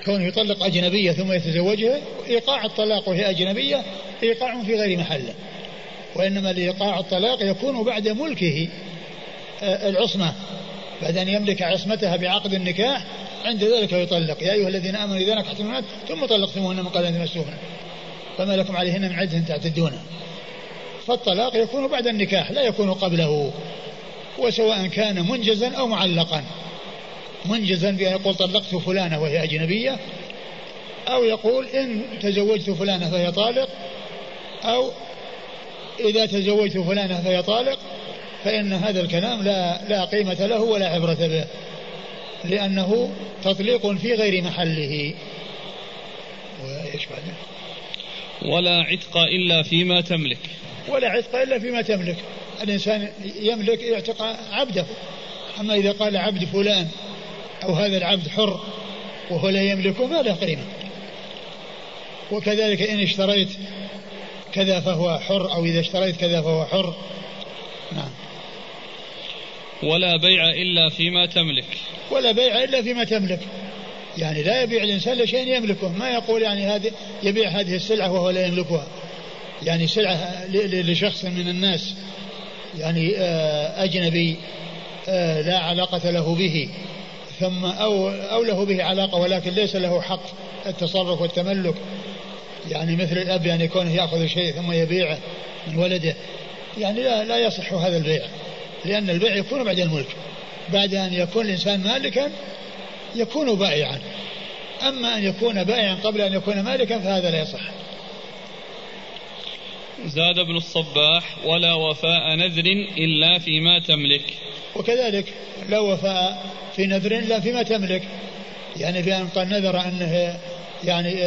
كونه يطلق أجنبية ثم يتزوجها، إيقاع الطلاق وهي أجنبية إيقاع في غير محله، وإنما لإيقاع الطلاق يكون بعد ملكه العصمة، بعد أن يملك عصمتها بعقد النكاح، عند ذلك يطلق. يا أيها الذين آمنوا إذا نكحتم المؤمنات ثم طلقتموهن من قبل أن تمسوهن فما لكم عليهن من عدة تعتدونها. فالطلاق يكون بعد النكاح لا يكون قبله، وسواء كان منجزا أو معلقا. منجزا بأن يقول طلقت فلانة وهي أجنبية، أو يقول إن تزوجت فلانة فهي طالق، أو إذا تزوجت فلانة فهي طالق، فإن هذا الكلام لا قيمة له ولا عبرة به، لأنه تطليق في غير محله. وإيش بعده؟ ولا عتق إلا فيما تملك. ولا عتق إلا فيما تملك. الإنسان يملك يعتق عبده، أما إذا قال عبد فلان أو هذا العبد حر وهو لا يملكه ما له قيمة. وكذلك إن اشتريت كذا فهو حر، أو إذا اشتريت كذا فهو حر. نعم. ولا بيع إلا فيما تملك. ولا بيع إلا فيما تملك، يعني لا يبيع الإنسان لشيء يملكه، ما يقول يعني هذه يبيع هذه السلعة وهو لا يملكها، يعني سلعة لشخص من الناس يعني أجنبي لا علاقة له به، ثم أو له به علاقة ولكن ليس له حق التصرف والتملك، يعني مثل الأب يعني يكون يأخذ شيء ثم يبيعه من ولده، يعني لا يصح هذا البيع، لأن البيع يكون بعد الملك، بعد أن يكون الإنسان مالكا يكون بائعا، أما أن يكون بائعا قبل أن يكون مالكا فهذا لا يصح. زاد ابن الصباح ولا وفاء نذر إلا فيما تملك. وكذلك لا وفاء في نذر إلا فيما تملك، يعني بأن قد نذر أنه يعني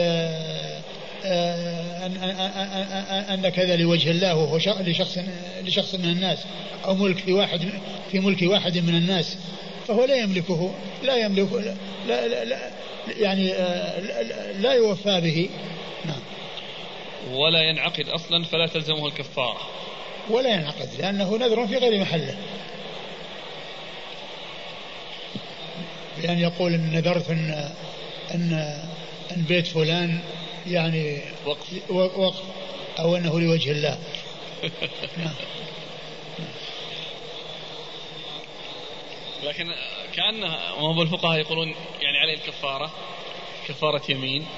أن كذا لوجه الله وهو لشخص من الناس، أو ملك في ملك واحد من الناس، فهو لا يملكه، يعني لا يوفى به. نعم. ولا ينعقد أصلا فلا تلزمه الكفارة. ولا ينعقد لأنه نذر في غير محله، بأن يقول إن نذرت أن بيت فلان يعني وقف أو أنه لوجه الله. لكن كأن ما الفقهاء يقولون يعني عليه الكفارة كفارة يمين.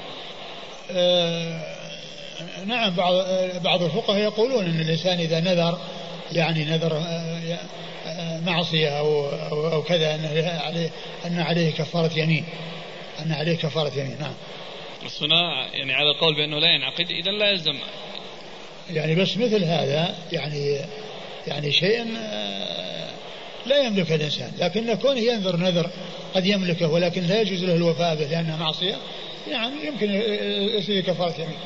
نعم، بعض الفقهاء يقولون أن الإنسان إذا نذر يعني نذر معصية أو كذا أن عليه كفارة يمين، أن عليه كفارة يمين. نعم. الصناع يعني على القول بأنه لا ينعقد إذن لا يلزم، يعني بس مثل هذا يعني شيء لا يملك الإنسان، لكن كونه ينذر نذر قد يملكه ولكن لا يجوز له الوفاء به لأنها معصية، يعني يمكن يصير كفارة يمين.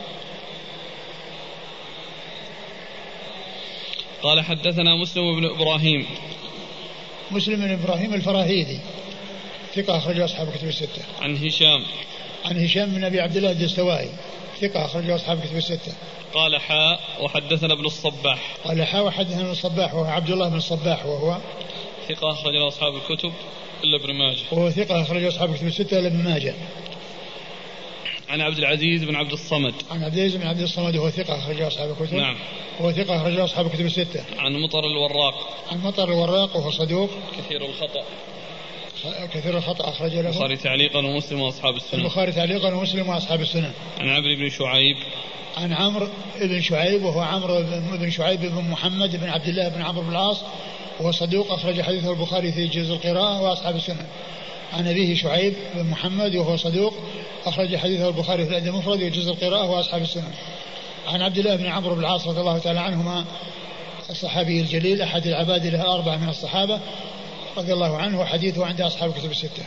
قال حدثنا مسلم بن إبراهيم. مسلم بن إبراهيم الفراهيدي ثقة أخرج أصحاب كتب الستة. عن هشام بن أبي عبد الله الدستوائي ثقة أخرج أصحاب كتب الستة. قال حاء وحدثنا ابن الصباح. قال حاء وحدثنا ابن الصباح وهو عبد الله بن الصباح وهو ثقة أخرج أصحاب الكتب إلا ابن ماجه. وهو ثقة أخرج أصحاب كتب الستة إلا ابن ماجه. عن عبد العزيز بن عبد الصمد. عن عبد العزيز بن عبد الصمد وهو ثقة أخرج أصحاب الكتب. نعم. وهو ثقة أخرج أصحاب كتب الستة. عن مطر الوراق. عن مطر الوراق وهو صدوق كثير الخطأ أخرج له البخاري تعليقا ومسلم وأصحاب السنن. البخاري تعليقا ومسلم وأصحاب السنن. عن عمرو بن شعيب. عن عمرو بن شعيب وهو عمرو بن شعيب بن محمد بن عبد الله بن عمرو بن العاص وهو صدوق أخرج حديثه البخاري في جزء القراءة وأصحاب السنن. عن أبيه شعيب بن محمد وهو صدوق أخرج حديثه البخاري في الأدب المفرد وجزء القراءة وأصحاب السنن. عن عبد الله بن عمرو بن العاص رضي الله تعالى عنهما الصحابي الجليل أحد العباد له الأربعة من الصحابة رضي الله عنه، وحديثه عند أصحاب الكتب الستة.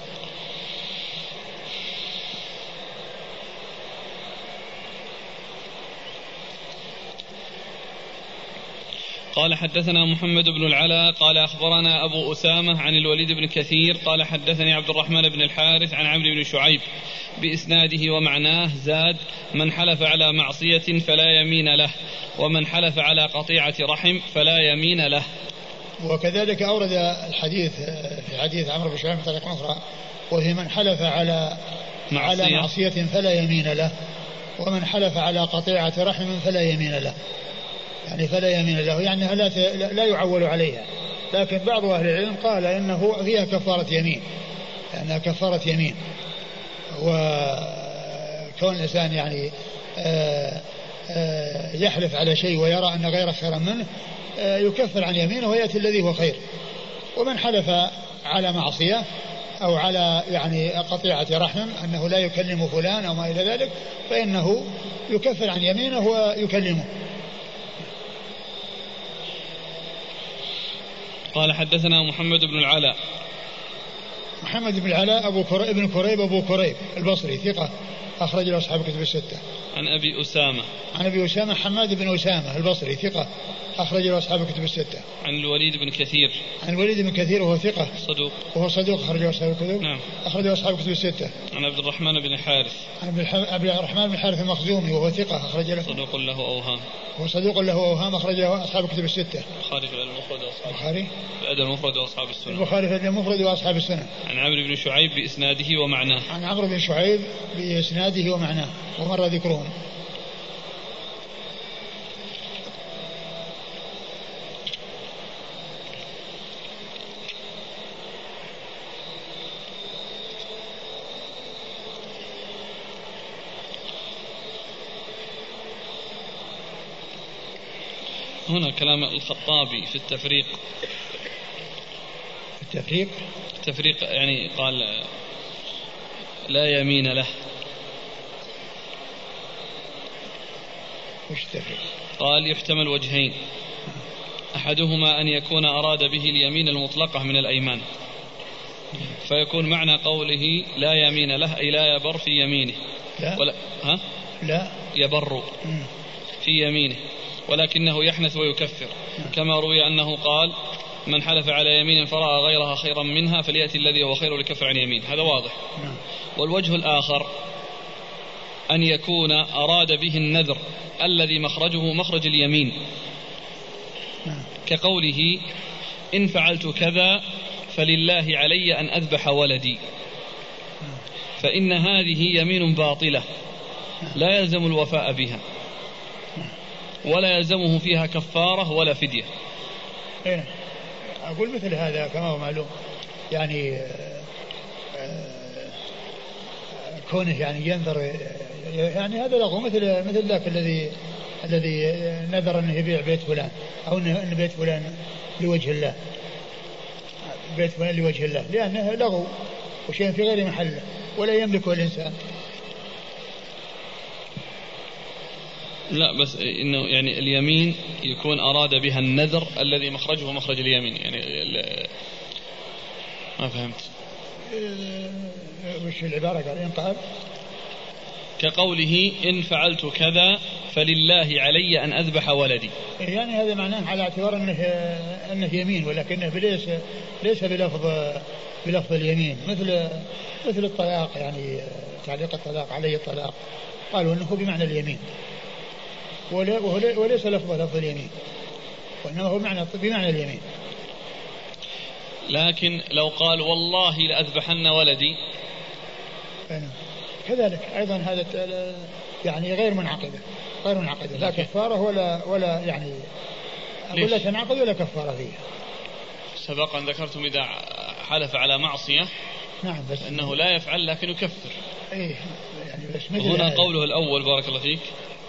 قال حدثنا محمد بن العلاء قال أخبرنا أبو أسامة عن الوليد بن كثير قال حدثني عبد الرحمن بن الحارث عن عمرو بن شعيب بإسناده ومعناه زاد من حلف على معصية فلا يمين له ومن حلف على قطيعة رحم فلا يمين له. وكذلك أورد الحديث في حديث عمرو بن شعيب بطريقة أخرى وهي من حلف على على معصية فلا يمين له، ومن حلف على قطيعة رحم فلا يمين له، يعني فلا يمين له يعني لا يعول عليها. لكن بعض أهل العلم قال إنه فيها كفارة يمين، لأنها كفارة يمين، وكون الإنسان يعني يحلف على شيء ويرى أن غيره خيرا منه يكفر عن يمينه ويأتي الذي هو خير. ومن حلف على معصية أو على يعني قطيعة رحم أنه لا يكلم فلان أو ما إلى ذلك فإنه يكفر عن يمينه ويكلمه. قال حدثنا محمد بن العلاء. محمد بن العلاء ابن كريب أبو كريب البصري ثقة أخرج له أصحاب الكتب الستة. عن أبي أسامة. عن أبي أسامة حماد بن أسامة البصري ثقة أخرج له أصحاب الكتب الستة. عن الوليد بن كثير. عن الوليد بن كثير وهو ثقة صدوق. وهو صدوق أخرج له أصحاب الكتب. نعم. أخرج له أصحاب الكتب الستة. عن عبد الرحمن بن الحارث. عن عبد الرحمن بن الحارث المخزومي وهو ثقة أخرج له. صدوق له أوهام. هو صدوق له أوهام أخرج له أصحاب الكتب الستة. البخاري في المفرد وأصحاب. البخاري. الأدب المفرد وأصحاب السنن. البخاري في المفرد وأصحاب السنن. عن عمرو بن شعيب بإسناده ومعناه. عن عمرو بن شعيب بإسناده ومعناه ومر ذكرهم. هنا كلام الخطابي في التفريق. التفريق يعني قال لا يمين له. وش التفريق؟ قال يحتمل وجهين، أحدهما أن يكون أراد به اليمين المطلقة من الأيمان، فيكون معنى قوله لا يمين له أي لا يبر في يمينه. لا ولا ها؟ لا يبر في يمينه ولكنه يحنث ويكفر، كما روي أنه قال من حلف على يمين فرأى غيرها خيرا منها فليأتي الذي هو خير لكفر عن يمين. هذا واضح. والوجه الآخر أن يكون أراد به النذر الذي مخرجه مخرج اليمين، كقوله إن فعلت كذا فلله علي أن أذبح ولدي، فإن هذه يمين باطلة لا يلزم الوفاء بها ولا يلزمه فيها كفارة ولا فدية. أقول مثل هذا كما هو معلوم يعني كونه يعني ينذر يعني هذا لغو مثل ذاك الذي نذر أنه يبيع بيت فلان أو أن بيت فلان لوجه الله، بيت فلان لوجه الله، لأنه لغو وشيء في غير محله ولا يملكه الإنسان. لا بس إنه يعني اليمين يكون أراد بها النذر الذي مخرجه مخرج اليمين، يعني ما فهمت وش العبارة قال إن قال كقوله إن فعلت كذا فلله علي أن أذبح ولدي، يعني هذا معناه على اعتبار أنه يمين ولكنه ليس بلفظ اليمين مثل الطلاق، يعني تعليق الطلاق عليه الطلاق قالوا أنه بمعنى اليمين وليس لفظ اليمين وإنما هو بمعنى اليمين. لكن لو قال والله لأذبحن ولدي كذلك أيضا هذا يعني غير منعقدة لا كفارة ولا يعني أقول لا تنعقد ولا كفارة فيها. سبقا ذكرتم إذا حلف على معصية نعم بس أنه لا يفعل لكن يكفر. إيه يعني بس مثل هنا قوله الأول بارك الله فيك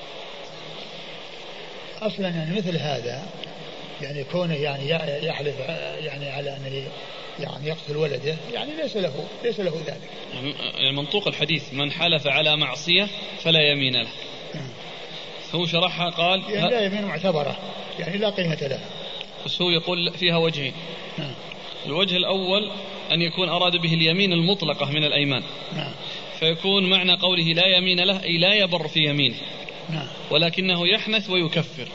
أصلا يعني مثل هذا يعني كونه يعني يحلف يعني على أن يعني يقتل ولده يعني ليس له ذلك. يعني منطوق الحديث من حلف على معصية فلا يمين له. هو شرحها قال يعني لا يمين معتبرة يعني لا قيمة لها، بس هو يقول فيها وجهين. الوجه الأول أن يكون أراد به اليمين المطلقة من الأيمان، فيكون معنى قوله لا يمين له أي لا يبر في يمينه ولكنه يحنث ويكفر.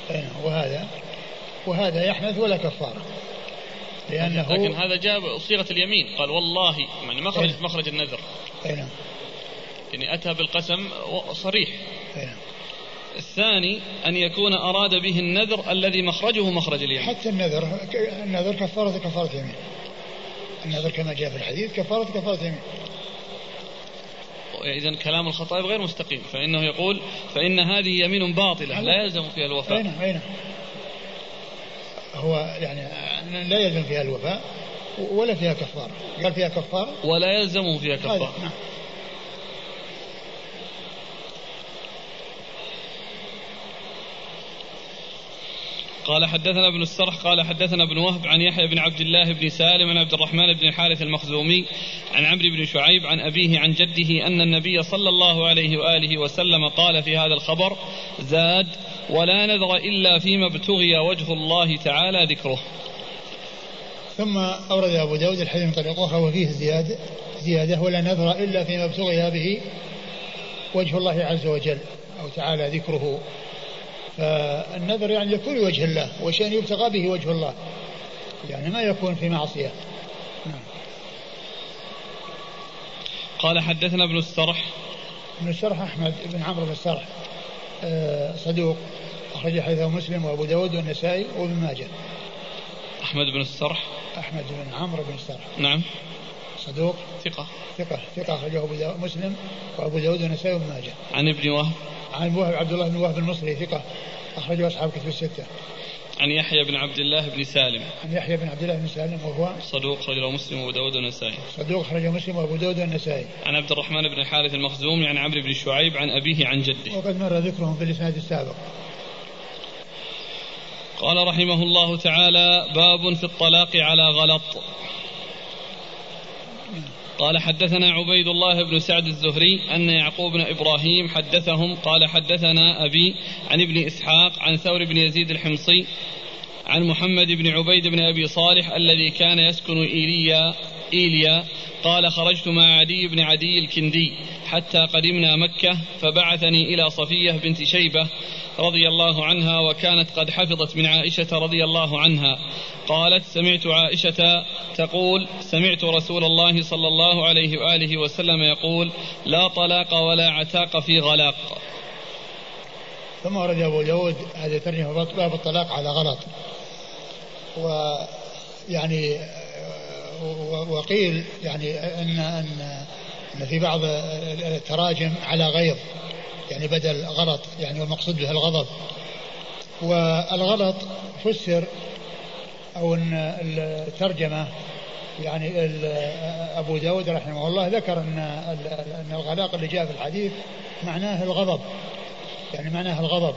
وهذا يحنث ولا كفارة لكن هذا جاء صيغة اليمين قال والله يعني مخرج النذر يعني أتى بالقسم صريح. الثاني أن يكون أراد به النذر الذي مخرجه مخرج اليمين. حتى النذر كفارة يمين، النذر كما جاء في الحديث كفارة يمين. إذن كلام الخطائب غير مستقيم، فإنه يقول فإن هذه يمين باطلة لا يلزم فيها الوفاء. أين هو يعني لا يلزم فيها الوفاء ولا فيها كفارة، قال فيها كفارة ولا يلزم فيها كفارة. نعم. قال حدثنا ابن السرح قال حدثنا ابن وهب عن يحيى بن عبد الله بن سالم عن عبد الرحمن بن الحارث المخزومي عن عمرو بن شعيب عن أبيه عن جده أن النبي صلى الله عليه وآله وسلم قال في هذا الخبر: زاد: ولا نذر إلا فيما ابتغي وجه الله تعالى ذكره. ثم أورد أبو داود الحديث من طريق أخرى وفيه زيادة: ولا نذر إلا فيما ابتغي به وجه الله عز وجل أو تعالى ذكره. فالنذر يعني يكون وجه الله، وشيء يبتغى به وجه الله، يعني ما يكون في معصية. نعم. قال حدثنا ابن السرح. ابن السرح أحمد بن عمرو بن السرح صدوق، أخرج حديثه مسلم وأبو داود والنسائي وابن ماجه. أحمد بن السرح أحمد بن عمرو بن السرح نعم صدوق ثقة أخرجه مسلم وأبو داود والنسائي وابن ماجه. عن ابن وهب. عن وهب عبد الله بن وهب المصري ثقة أخرجه أصحاب كتب الستة. عن يحيى بن عبد الله بن سالم. عن يحيى بن عبد الله بن سالم وهو صدوق أخرجه مسلم وأبو داود والنسائي. صدوق أخرجه مسلم وأبو داود والنسائي. عن عبد الرحمن بن الحارث المخزومي عن عمرو بن شعيب عن أبيه عن جده. وقد مر ذكرهم في الإسناد السابق. قال رحمه الله تعالى: باب في الطلاق على غلط. قال حدثنا عبيد الله بن سعد الزهري أن يعقوب بن إبراهيم حدثهم قال حدثنا أبي عن ابن إسحاق عن ثور بن يزيد الحمصي عن محمد بن عبيد بن أبي صالح الذي كان يسكن إيليا قال: خرجت مع عدي بن عدي الكندي حتى قدمنا مكة، فبعثني إلى صفية بنت شيبة رضي الله عنها، وكانت قد حفظت من عائشة رضي الله عنها. قالت: سمعت عائشة تقول: سمعت رسول الله صلى الله عليه وآله وسلم يقول: لا طلاق ولا عتاق في غلاق. ثم ورد أبو داود هذا ترجمة باب الطلاق على غلط. ويعني وقيل يعني أن في بعض التراجم على غيظ، يعني بدل غلط، يعني والمقصود به الغضب. والغلط فسر أو أن الترجمة يعني أبو داود رحمه الله ذكر أن الغلاق اللي جاء في الحديث معناه الغضب، يعني معناه الغضب.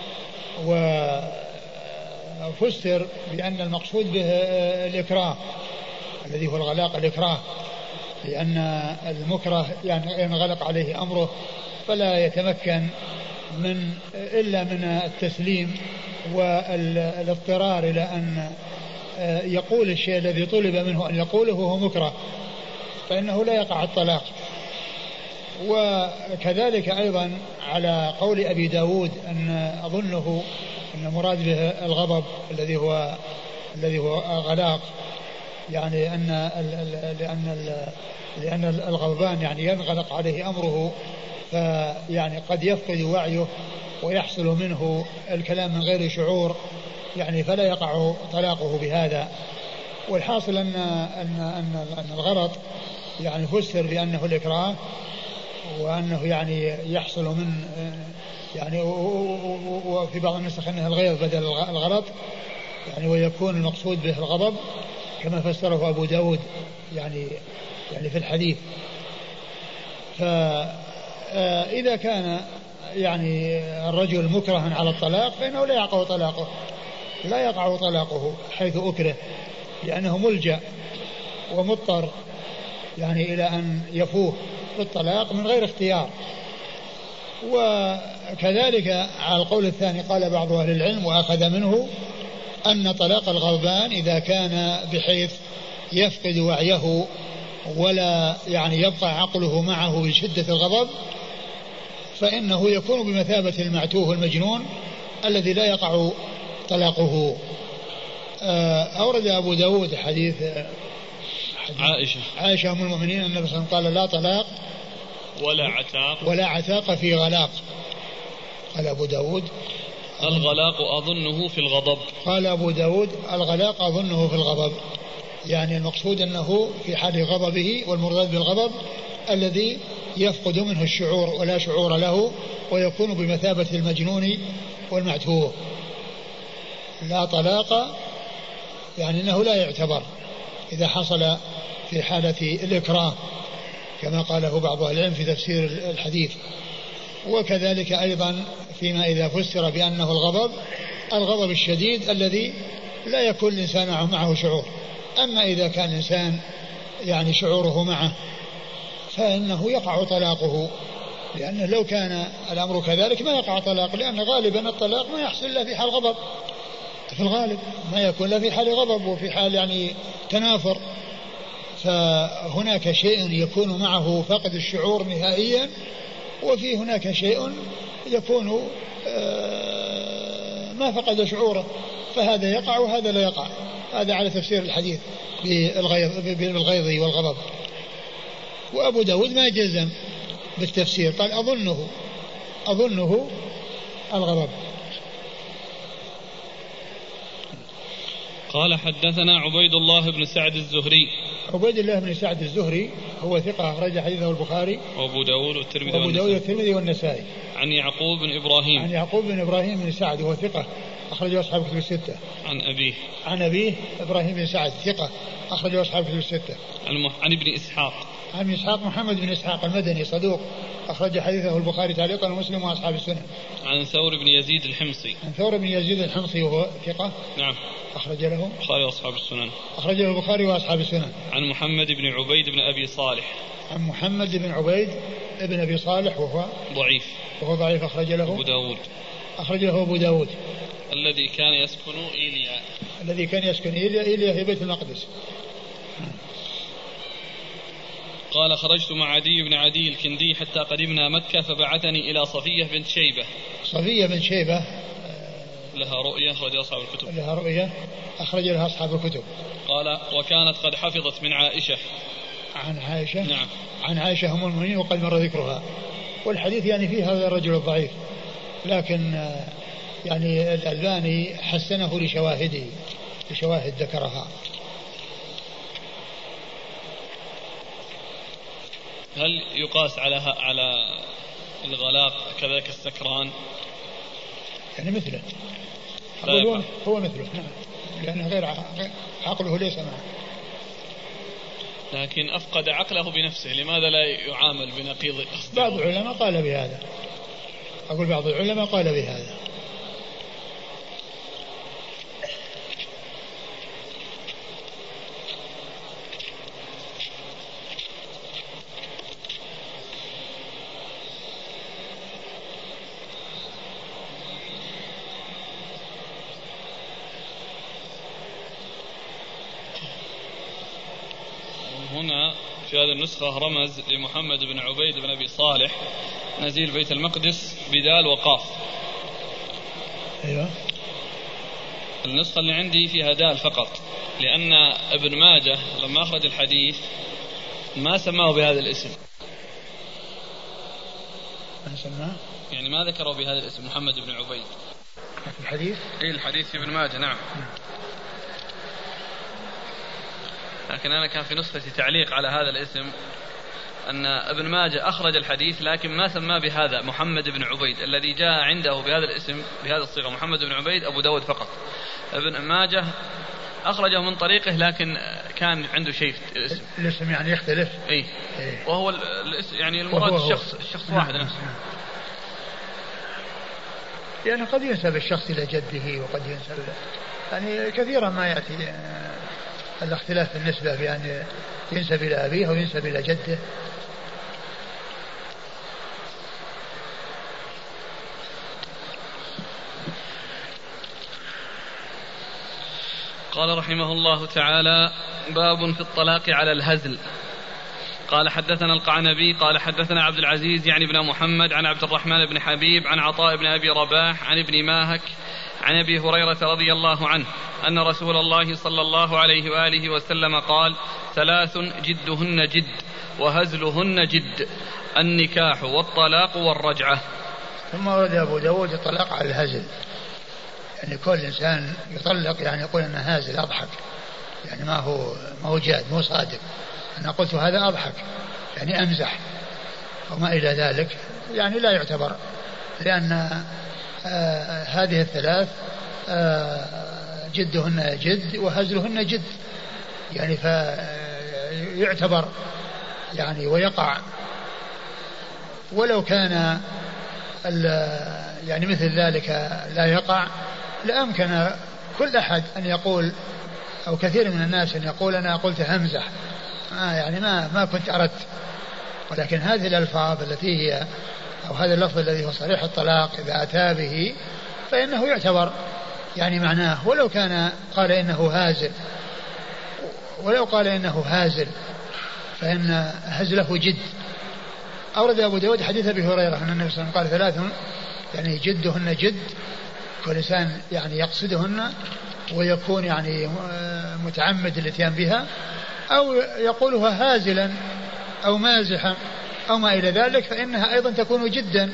وفسر بأن المقصود به الإكراه الذي هو الغلاق، الإكراه، لأن المكره يعني ينغلق عليه أمره فلا يتمكن إلا من التسليم والاضطرار إلى أن يقول الشيء الذي طلب منه أن يقوله وهو مكره، فإنه لا يقع الطلاق. وكذلك أيضا على قول أبي داود أن أظنه أن مراد به الغضب الذي هو غلاق، يعني لأن الغضبان يعني ينغلق عليه أمره، فيعني قد يفقد وعيه ويحصل منه الكلام من غير شعور، يعني فلا يقع طلاقه بهذا. والحاصل أن الغلط يعني فسر بأنه الإكراه، وأنه يعني يحصل من يعني وفي بعض النسخ أنها الغيظ بدل الغلط، يعني ويكون المقصود به الغضب كما فسره أبو داود يعني في الحديث. فإذا كان يعني الرجل مكرها على الطلاق فإنه لا يقع طلاقه حيث أكره، لأنه ملجأ ومضطر يعني إلى أن يفوه بالطلاق من غير اختيار. وكذلك على القول الثاني قال بعض أهل العلم وأخذ منه أن طلاق الغضبان إذا كان بحيث يفقد وعيه ولا يعني يبقى عقله معه بشدة الغضب، فإنه يكون بمثابة المعتوه المجنون الذي لا يقع طلاقه. أورد أبو داود حديث عائشة أم المؤمنين أن النبي صلى الله عليه وسلم قال: لا طلاق ولا عتاق في غلاق. قال أبو داود: الغلاق أظنه في الغضب. قال أبو داود: الغلاق أظنه في الغضب، يعني المقصود أنه في حال غضبه، والمراد بالغضب الذي يفقد منه الشعور ولا شعور له، ويكون بمثابة المجنون والمعتوه. لا طلاق يعني أنه لا يعتبر إذا حصل في حالة الإكراه كما قاله بعض أهل العلم في تفسير الحديث. وكذلك أيضا فيما إذا فسر بأنه الغضب الشديد الذي لا يكون الإنسان معه شعور. أما إذا كان الإنسان يعني شعوره معه فإنه يقع طلاقه، لأنه لو كان الأمر كذلك ما يقع طلاق، لأن غالبا الطلاق ما يحصل إلا في حال غضب، في الغالب ما يكون إلا في حال غضب وفي حال يعني تنافر. فهناك شيء يكون معه فقد الشعور نهائيا، وفي هناك شيء يكون ما فقد شعوره، فهذا يقع وهذا لا يقع. هذا على تفسير الحديث بالغيظ والغضب. وأبو داود ما جزم بالتفسير، قال أظنه الغضب. قال حدثنا عبيد الله بن سعد الزهري. عبيد الله بن سعد الزهري هو ثقة أخرج حديثه البخاري وأبو داود والترمذي والنسائي. عن يعقوب بن إبراهيم. عن يعقوب بن إبراهيم بن سعد وهو ثقة أخرجه أصحاب الكتب الستة. عن أبيه إبراهيم بن سعد ثقة أخرجه أصحاب الكتب الستة. عن ابن إسحاق. عن إسحاق محمد بن إسحاق المدني صدوق أخرج حديثه البخاري تعليقا ومسلم وأصحاب السنن. عن ثور بن يزيد الحمصي. عن ثور بن يزيد الحمصي وهو ثقة. نعم. أخرج له البخاري وأصحاب السنن. أخرجه البخاري وأصحاب السنن. عن محمد بن عبيد بن أبي صالح. عن محمد بن عبيد بن أبي صالح وهو ضعيف أخرج له أبو داود. أخرج له أبو داود. الذي كان يسكن إيليا في بيت المقدس. قال خرجت مع عدي بن عدي الكندي حتى قدمنا مكة فبعثني إلى صفية بنت شيبة لها رؤية أخرج لها أصحاب الكتب. قال وكانت قد حفظت من عائشة. عن عائشة. نعم. عن عائشة أم المؤمنين وقد مر ذكرها. والحديث يعني فيه هذا الرجل الضعيف، لكن يعني الألباني حسنه لشواهد ذكرها. هل يقاس على الغلاق كذلك السكران؟ يعني مثله هو مثله، نعم، لأنه غير عقله ليس معه. لكن أفقد عقله بنفسه، لماذا لا يعامل بنقيض قصده؟ بعض العلماء قال بهذا، أقول بعض العلماء قال بهذا. هنا في هذه النسخة رمز لمحمد بن عبيد بن أبي صالح نزيل بيت المقدس بدال وقاف. أيوة. النسخة اللي عندي فيها دال فقط، لأن ابن ماجه لما أخرج الحديث ما سماه بهذا الاسم. ما سماه؟ يعني ما ذكره بهذا الاسم محمد بن عبيد في الحديث؟ إيه الحديث في ابن ماجه. نعم. لكن أنا كان في نسختي تعليق على هذا الاسم أن ابن ماجه أخرج الحديث لكن ما سماه بهذا محمد بن عبيد. الذي جاء عنده بهذا الاسم بهذا الصيغة محمد بن عبيد أبو داود فقط. ابن ماجه أخرجه من طريقه لكن كان عنده شيء في الاسم يعني يختلف. إيه. وهو يعني المراد الشخص واحد نفسه. يعني قد ينسب الشخص إلى جده وقد ينسب، يعني كثيرا ما يأتي الاختلاف في النسبة، بأن ينسب إلى أبيه أو ينسب إلى جده. قال رحمه الله تعالى: باب في الطلاق على الهزل. قال حدثنا القعنبي قال حدثنا عبد العزيز يعني بن محمد عن عبد الرحمن بن حبيب عن عطاء بن أبي رباح عن ابن ماهك عن أبي هريرة رضي الله عنه أن رسول الله صلى الله عليه وآله وسلم قال: 3 جدهن جد وهزلهن جد، النكاح والطلاق والرجعة. ثم ورد أبو داود الطلاق على الهزل، يعني كل إنسان يطلق يعني يقول أنه هازل أضحك، يعني ما هو جاد، مو صادق. أنا قلت هذا أضحك يعني أمزح، وما إلى ذلك يعني لا يعتبر، لأن هذه الثلاث جدهن جد وهزلهن جد، يعني فيعتبر يعني ويقع. ولو كان يعني مثل ذلك لا يقع لأمكن كل أحد أن يقول، أو كثير من الناس أن يقول أنا قلت همزة، يعني ما كنت أردت. ولكن هذه الألفاظ التي هي، أو هذا اللفظ الذي هو صريح الطلاق إذا أتى به فإنه يعتبر يعني معناه، ولو كان قال إنه هازل، ولو قال إنه هازل فإن هزله جد. أورد أبو داود حديث أبي هريرة أن النبي صلى الله عليه وسلم قال 3 يعني جدهن جد، كل إنسان يعني يقصدهن ويكون يعني متعمد الاتيان بها، أو يقولها هازلا أو مازحا أو ما إلى ذلك، فإنها أيضا تكون جدا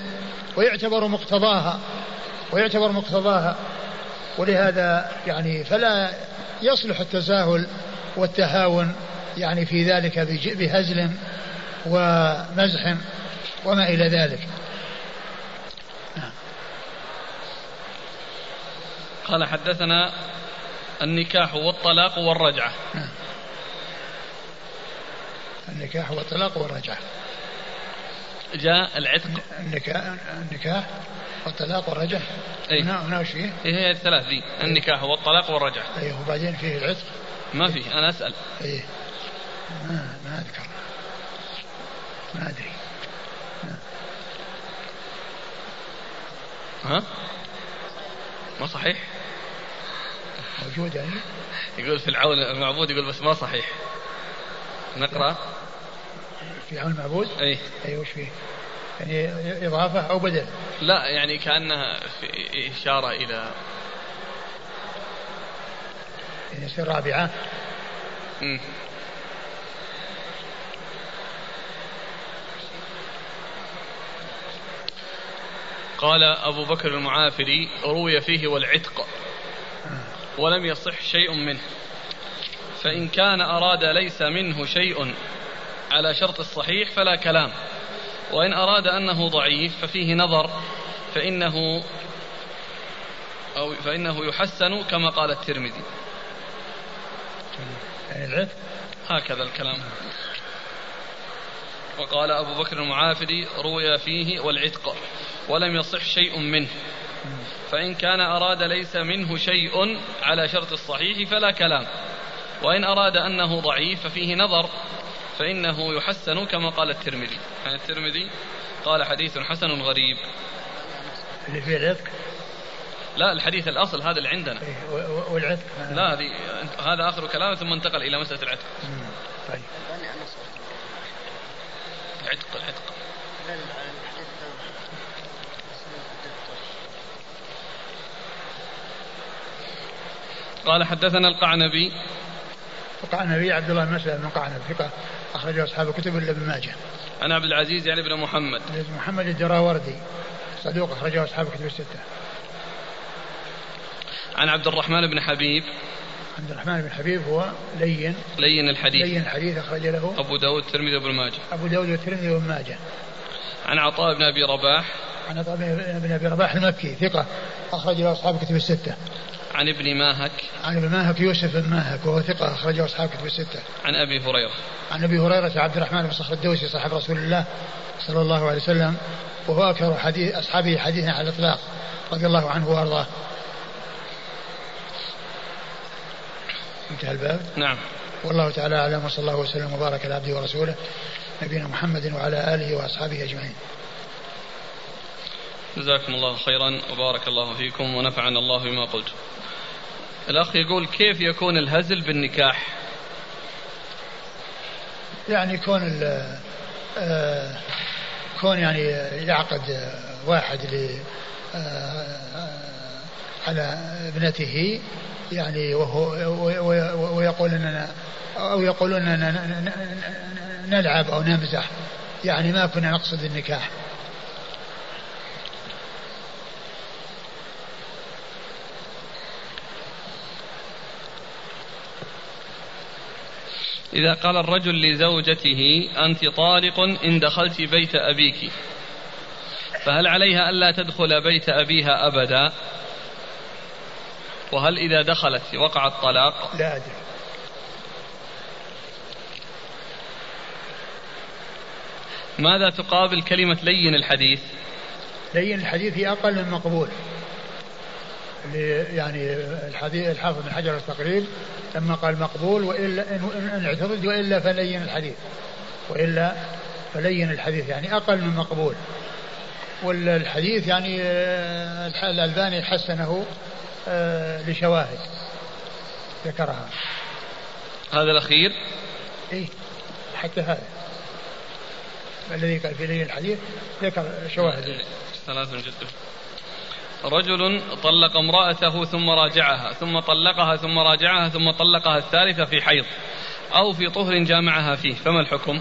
ويعتبر مقتضاها. ولهذا يعني فلا يصلح التساهل والتهاون يعني في ذلك بهزل ومزح وما إلى ذلك. قال حدثنا النكاح والطلاق والرجعة. النكاح والطلاق والرجعة. جاء العتق. النكاح والطلاق والرجعة. هنا وش فيه؟ هي الثلاث دي، النكاح والطلاق والرجعة. أيه، وبعدين فيه العتق. ما فيه، أنا أسأل. أيه، ما أذكر، ما أدري. ها؟ ما صحيح؟ موجود يعني؟ يقول في العون المعبود، يقول بس ما صحيح. نقرأ في عون المعبود. أي وش فيه؟ يعني إضافة أو بدل؟ لا، يعني كأنها في إشارة إلى يعني يصير رابعة. قال أبو بكر المعافري روي فيه والعتق ولم يصح شيء منه، فإن كان أراد ليس منه شيء على شرط الصحيح فلا كلام، وإن أراد أنه ضعيف ففيه نظر، فإنه يحسن كما قال الترمذي. هكذا الكلام. وقال أبو بكر المعافري روي فيه والعتق ولم يصح شيء منه، فإن كان أراد ليس منه شيء على شرط الصحيح فلا كلام، وإن أراد أنه ضعيف ففيه نظر، فإنه يحسن كما قال الترمذي. يعني الترمذي قال حديث حسن غريب. اللي فيه العتق؟ لا، الحديث الأصل هذا اللي عندنا. والعتق؟ لا، هذا آخر كلامه ثم انتقل إلى مسألة العتق. طيب. العتق. قال حدثنا القعنبي عبد الله بن مسلم بن قعنب ثقة أخرجه أصحاب الكتب إلا ابن ماجه. عن عبد العزيز يعني بن محمد الدراوردي صدوق أخرجه أصحاب الكتب الستة. عن عبد الرحمن بن حبيب هو لين الحديث أخرج له أبو داود والترمذي وابن ماجه. عن عطاء بن أبي رباح المكي ثقة أخرج له أصحاب الكتب الستة. عن ابن ماهك يوسف بن ماهك وهو ثقة أخرجه أصحاب الكتب الستة. عن أبي هريرة عبد الرحمن بن صخر الدوسي صاحب رسول الله صلى الله عليه وسلم، وهو أكثر أصحابه حديثا على الإطلاق رضي الله عنه وأرضاه. انتهى الباب. نعم. والله تعالى أعلم، وصلى الله وسلم وبارك على عبده ورسوله نبينا محمد وعلى آله وأصحابه أجمعين. جزاكم الله خيرا وبارك الله فيكم ونفعنا الله بما قلت. الأخ يقول كيف يكون الهزل بالنكاح؟ يعني كون يعني يعقد واحد على ابنته يعني ويقولون أننا نلعب أو نمزح، يعني ما كنا نقصد النكاح. إذا قال الرجل لزوجته أنت طالق إن دخلت بيت أبيك، فهل عليها ألا تدخل بيت أبيها أبدا؟ وهل إذا دخلت وقع الطلاق؟ لا أدري. ماذا تقابل كلمة لين الحديث؟ لين الحديث هي أقل من مقبول. يعني الحديث الحافظ بن حجر التقريب لما قال مقبول وإلا إن اعترض وإلا فلين الحديث، وإلا فلين الحديث يعني أقل من مقبول. والحديث يعني الألباني حسنه لشواهد ذكرها. هذا الأخير إيه حتى هذا الذي قال في لين الحديث ذكر شواهد. ثلاث جدا. رجل طلق امرأته ثم راجعها ثم طلقها ثم راجعها ثم طلقها الثالثة في حيض أو في طهر جامعها فيه، فما الحكم؟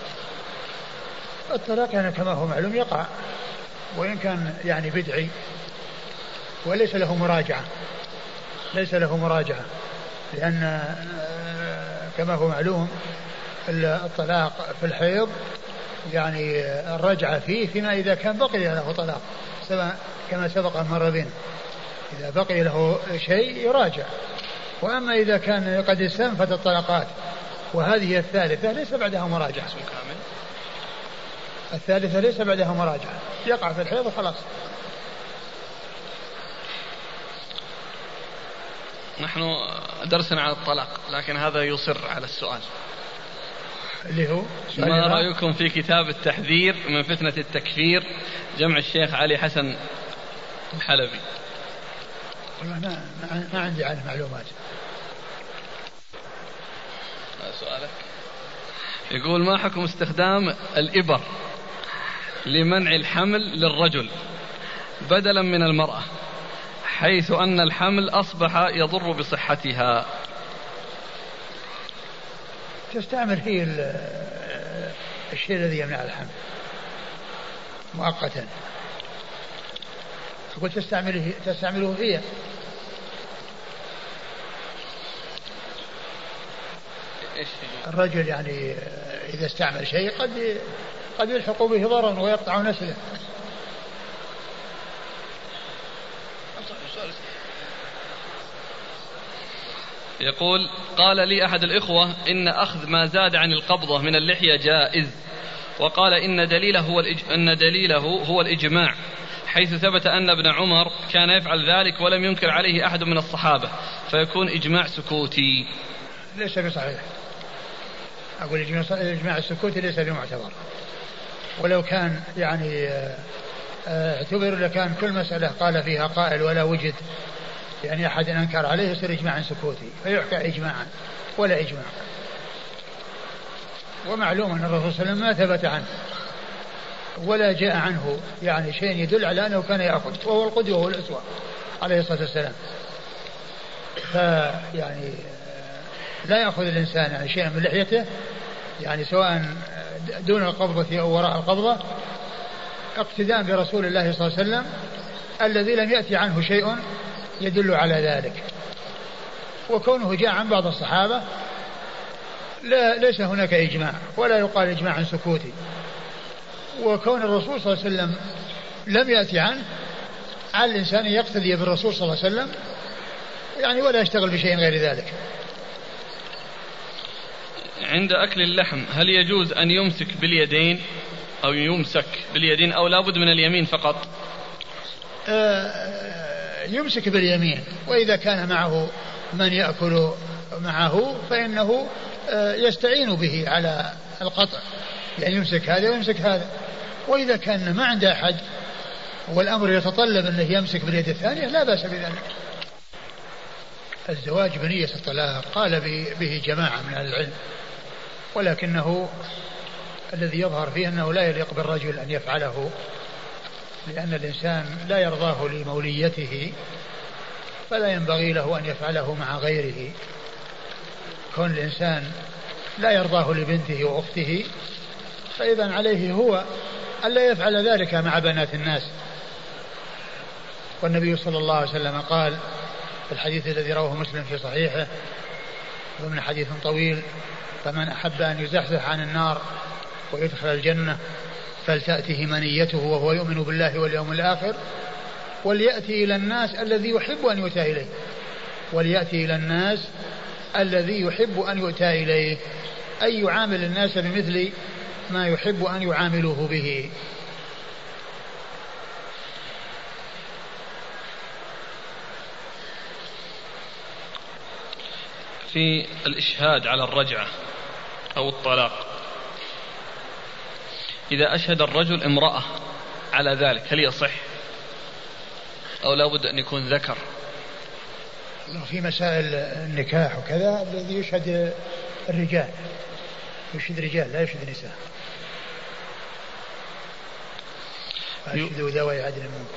الطلاق يعني كما هو معلوم يقع، وإن كان يعني بدعي وليس له مراجعة، ليس له مراجعة، لأن كما هو معلوم الطلاق في الحيض يعني الرجعة فيما إذا كان بقي له طلاق، كما سبق مر بنا، إذا بقي له شيء يراجع. وأما إذا كان قد استنفت الطلقات وهذه الثالثة ليس بعدها مراجعة، الثالثة ليس بعدها مراجعة، يقع في الحيض وخلاص. نحن درسنا على الطلاق، لكن هذا يصر على السؤال اللي هو ما رأيكم في كتاب التحذير من فتنة التكفير جمع الشيخ علي حسن الحلبي؟ ما عندي عنه معلومات. سؤالك يقول ما حكم استخدام الإبر لمنع الحمل للرجل بدلا من المرأة، حيث أن الحمل أصبح يضر بصحتها؟ تستعمل هي الشيء الذي يمنع الحمل مؤقتا، تقول تستعمله هي. الرجل يعني إذا استعمل شيء قد يلحق به ضرر ويقطع نسله. يقول قال لي أحد الإخوة إن أخذ ما زاد عن القبضة من اللحية جائز، وقال إن دليله هو الإجماع، حيث ثبت أن ابن عمر كان يفعل ذلك ولم ينكر عليه أحد من الصحابة، فيكون إجماع سكوتي. ليس بصحيح، أقول الإجماع السكوتي ليس بمعتبر، ولو كان يعني اعتبر لكان كل مسألة قال فيها قائل ولا وجد يعني أحد أنكر عليه يصير إجماعا سكوتي فيحكى إجماعا ولا إجماع. ومعلوم أن الرسول صلى الله عليه وسلم ما ثبت عنه ولا جاء عنه يعني شيء يدل على أنه كان يأخذ، وهو القدوة والأسوة عليه الصلاة والسلام. فيعني لا يأخذ الإنسان يعني شيئا من لحيته يعني سواء دون القبضة أو وراء القبضة اقتداء برسول الله صلى الله عليه وسلم الذي لم يأتي عنه شيء يدل على ذلك. وكونه جاء عن بعض الصحابة ليس هناك إجماع ولا يقال إجماع سكوتي. وكون الرسول صلى الله عليه وسلم لم يأتي عنه على الإنسان يقتدي بالرسول صلى الله عليه وسلم يعني ولا يشتغل بشيء غير ذلك. عند أكل اللحم هل يجوز أن يمسك باليدين أو يمسك باليدين أو لابد من اليمين فقط؟ يمسك باليمين، وإذا كان معه من يأكل معه فإنه يستعين به على القطع، يعني يمسك هذا ويمسك هذا. وإذا كان ما عنده أحد والأمر يتطلب أنه يمسك باليد الثانية لا بأس بذلك. الزواج بنية الطلاق قال به جماعة من أهل العلم، ولكنه الذي يظهر فيه أنه لا يليق بالرجل أن يفعله، لأن الإنسان لا يرضاه لموليته فلا ينبغي له أن يفعله مع غيره. كون الإنسان لا يرضاه لبنته وأخته فإذا عليه هو ألا يفعل ذلك مع بنات الناس. والنبي صلى الله عليه وسلم قال في الحديث الذي رواه مسلم في صحيحه ضمن حديث طويل: فمن أحب أن يزحزح عن النار ويدخل الجنة فلتأته منيته وهو يؤمن بالله واليوم الآخر وليأتي إلى الناس الذي يحب أن يؤتى إليه، وليأتي إلى الناس الذي يحب أن يؤتى إليه، أي يعامل الناس بمثل ما يحب أن يعاملوه به. في الإشهاد على الرجعة أو الطلاق، إذا أشهد الرجل امرأة على ذلك هل يصح أو لا بد أن يكون ذكر؟ في مسائل النكاح وكذا الذي يشهد الرجال، يشهد رجال لا يشهد نساء. فأشهدوا ذوي عدل منكم.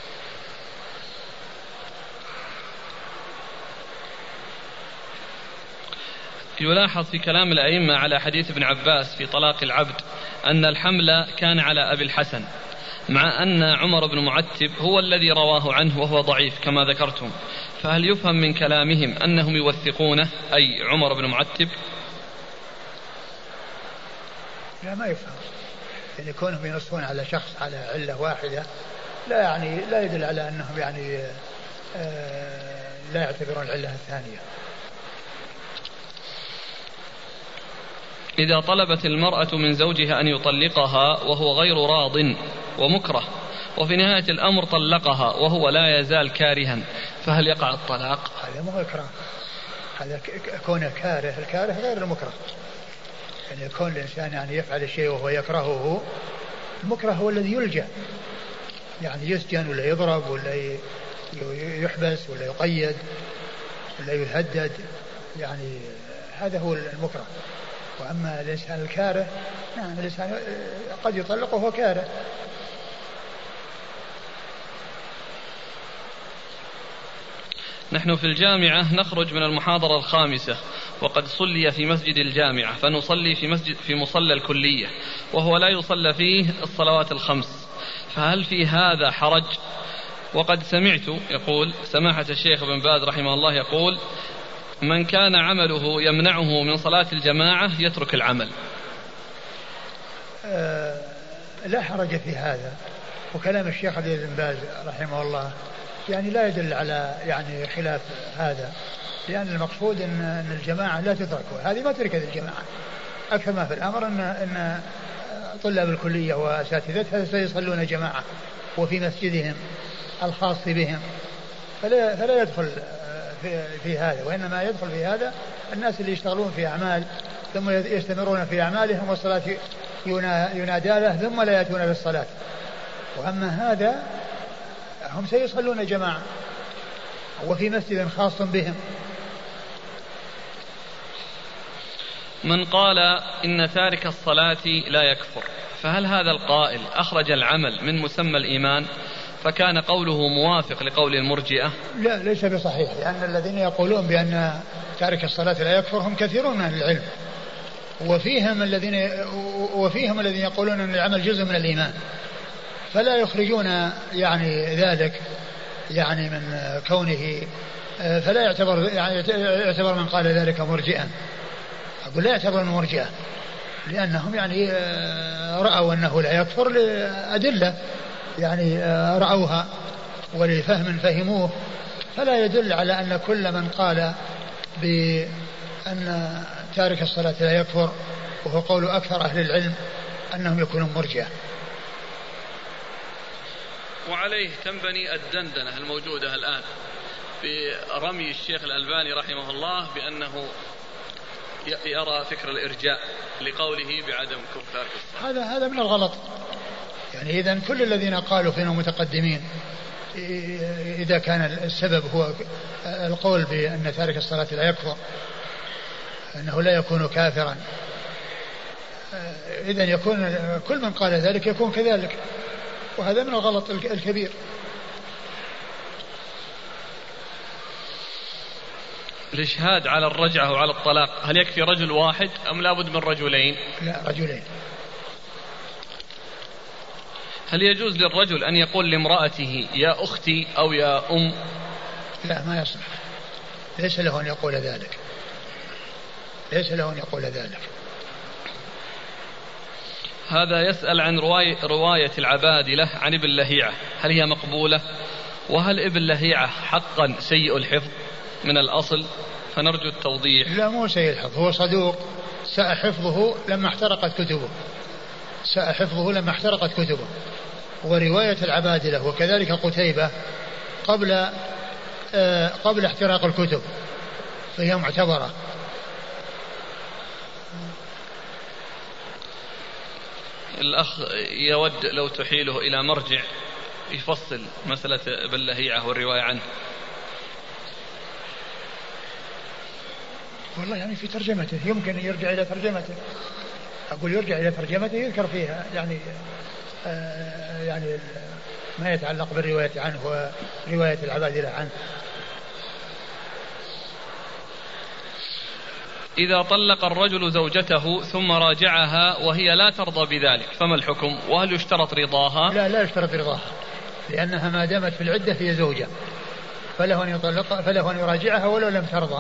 يلاحظ في كلام الأئمة على حديث ابن عباس في طلاق العبد أن الحمل كان على أبي الحسن، مع أن عمر بن معتب هو الذي رواه عنه وهو ضعيف كما ذكرتم، فهل يفهم من كلامهم أنهم يوثقونه أي عمر بن معتب؟ لا، ما يفهم. يعني كونهم ينصون على شخص على علة واحدة لا يدل على أنهم لا يعتبرون العلة الثانية. إذا طلبت المرأة من زوجها أن يطلقها وهو غير راض ومكره، وفي نهاية الأمر طلقها وهو لا يزال كارها، فهل يقع الطلاق؟ هذا ما هو إكراه، هذا كونه كاره. الكاره غير المكره. يعني يكون الإنسان يفعل الشيء وهو يكرهه، المكره هو الذي يلجأ، يعني يسجن ولا يضرب ولا يحبس ولا يقيد ولا يهدد، يعني هذا هو المكره. وأما الإنسان الكاره، نعم الإنسان قد يطلق وهو كاره. نحن في الجامعة نخرج من المحاضرة الخامسة وقد صلي في مسجد الجامعة، فنصلي في مصلى الكلية وهو لا يصلى فيه الصلوات الخمس، فهل في هذا حرج؟ وقد سمعت يقول سماحة الشيخ ابن باز رحمه الله يقول: من كان عمله يمنعه من صلاة الجماعة يترك العمل. لا حرج في هذا، وكلام الشيخ ابن باز رحمه الله يعني لا يدل على خلاف هذا، لأن المقصود أن الجماعة لا تترك، هذه ما تركت الجماعة. أكثر ما في الأمر أن طلاب الكلية وأساتذتها سيصلون جماعة وفي مسجدهم الخاص بهم، فلا يدخل في هذا، وإنما يدخل في هذا الناس اللي يشتغلون في أعمال ثم يستمرون في أعمالهم والصلاة ينادى له ثم لا يأتون للصلاة. وأما هذا هم سيصلون جماعة وفي مسجد خاص بهم. من قال إن تارك الصلاة لا يكفر، فهل هذا القائل أخرج العمل من مسمى الإيمان فكان قوله موافق لقول المرجئة؟ لا، ليس بصحيح، لأن الذين يقولون بأن تارك الصلاة لا يكفر هم كثيرون من أهل العلم، وفيهم الذين يقولون أن العمل جزء من الإيمان، فلا يخرجون ذلك من كونه، فلا يعتبر من قال ذلك مرجئا. أقول لا يعتبر مرجئا، لأنهم رأوا أنه لا يكفر لأدلة رأوها ولفهم فهموه، فلا يدل على أن كل من قال بأن تارك الصلاة لا يكفر وهو قول أكثر أهل العلم أنهم يكونون مرجئة. وعليه تنبني الدندنة الموجودة الآن برمي الشيخ الألباني رحمه الله بأنه يرى فكر الإرجاء لقوله بعدم كفر تارك الصلاة. هذا من الغلط. إذن كل الذين قالوا فينا متقدمين إذا كان السبب هو القول بأن تارك الصلاة لا يكفر، أنه لا يكون كافرا، إذن يكون كل من قال ذلك يكون كذلك، وهذا من الغلط الكبير. الإشهاد على الرجعة وعلى الطلاق هل يكفي رجل واحد أم لابد من رجلين؟ لا، رجلين. هل يجوز للرجل أن يقول لامرأته يا أختي أو يا أم؟ لا، ما يصح، ليس له أن يقول ذلك. ليس له أن يقول ذلك. هذا يسأل عن رواية العبادلة عن ابن لهيعة، هل هي مقبولة؟ وهل ابن لهيعة حقا سيء الحفظ من الأصل؟ فنرجو التوضيح. لا، مو سيء الحفظ، هو صدوق ساء حفظه لما احترقت كتبه. ورواية العبادلة وكذلك قتيبة قبل احتراق الكتب، فهي معتبرة. الأخ يود لو تحيله إلى مرجع يفصل مسألة ابن لهيعة والرواية عنه. والله يعني في ترجمته يمكن يرجع إلى ترجمته، أقول يرجع إلى ترجمته يذكر فيها يعني ما يتعلق بالرواية عنه ورواية العبادلة عنه. إذا طلق الرجل زوجته ثم راجعها وهي لا ترضى بذلك فما الحكم؟ وهل يشترط رضاها؟ لا يشترط رضاها، لأنها ما دامت في العدة هي زوجة، فله أن يطلقها، فله أن يراجعها ولو لم ترضى.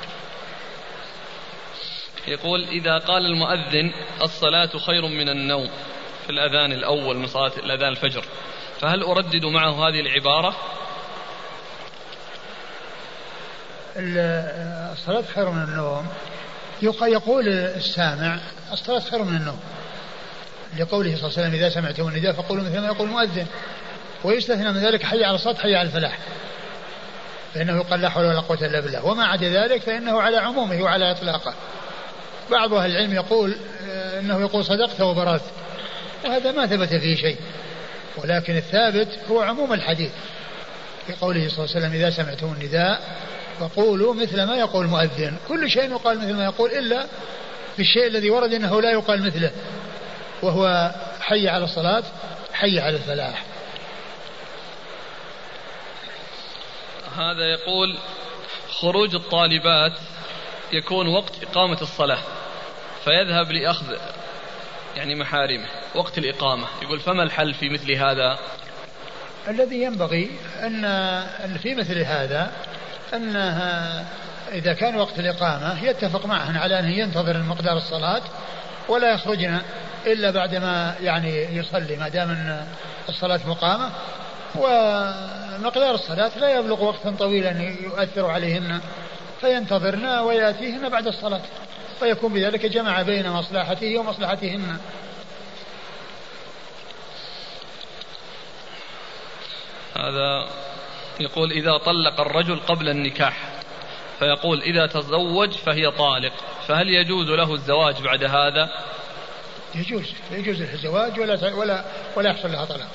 يقول إذا قال المؤذن الصلاة خير من النوم في الأذان الأول من صلاة الأذان الفجر، فهل أردد معه هذه العبارة؟ الصلاة خير من النوم، يقول السامع الصلاة خير من النوم، لقوله صلى الله عليه وسلم إذا سمعتم النداء فقولوا مثل ما يقول المؤذن، ويستثنى من ذلك حي على الصلاة حي على الفلاح، فإنه يقال لا حول ولا قوة إلا بالله. وما عدا ذلك فإنه على عمومه وعلى إطلاقه. بعض أهل العلم يقول إنه يقول صدقت وبررت، وهذا ما ثبت فيه شيء، ولكن الثابت هو عموم الحديث في قوله صلى الله عليه وسلم إذا سمعتم النداء فقولوا مثل ما يقول المؤذن. كل شيء يقال مثل ما يقول إلا في الشيء الذي ورد أنه لا يقال مثله، وهو حي على الصلاة حي على الفلاح. هذا يقول خروج الطالبات يكون وقت إقامة الصلاة فيذهب لأخذ يعني محارمه وقت الإقامة، يقول فما الحل في مثل هذا؟ الذي ينبغي أن في مثل هذا أنها إذا كان وقت الإقامة يتفق معهن على أنه ينتظر مقدار الصلاة ولا يخرجن إلا بعدما يعني يصلي، ما دام أن الصلاة مقامة، ومقدار الصلاة لا يبلغ وقتا طويلا يؤثر عليهن، فينتظرن ويأتيهن بعد الصلاة، فيكون بذلك جمع بين مصلحته ومصلحتهن. هذا يقول إذا طلق الرجل قبل النكاح فيقول إذا تزوج فهي طالق، فهل يجوز له الزواج بعد هذا؟ يجوز له الزواج ولا يحصل لها طلاق.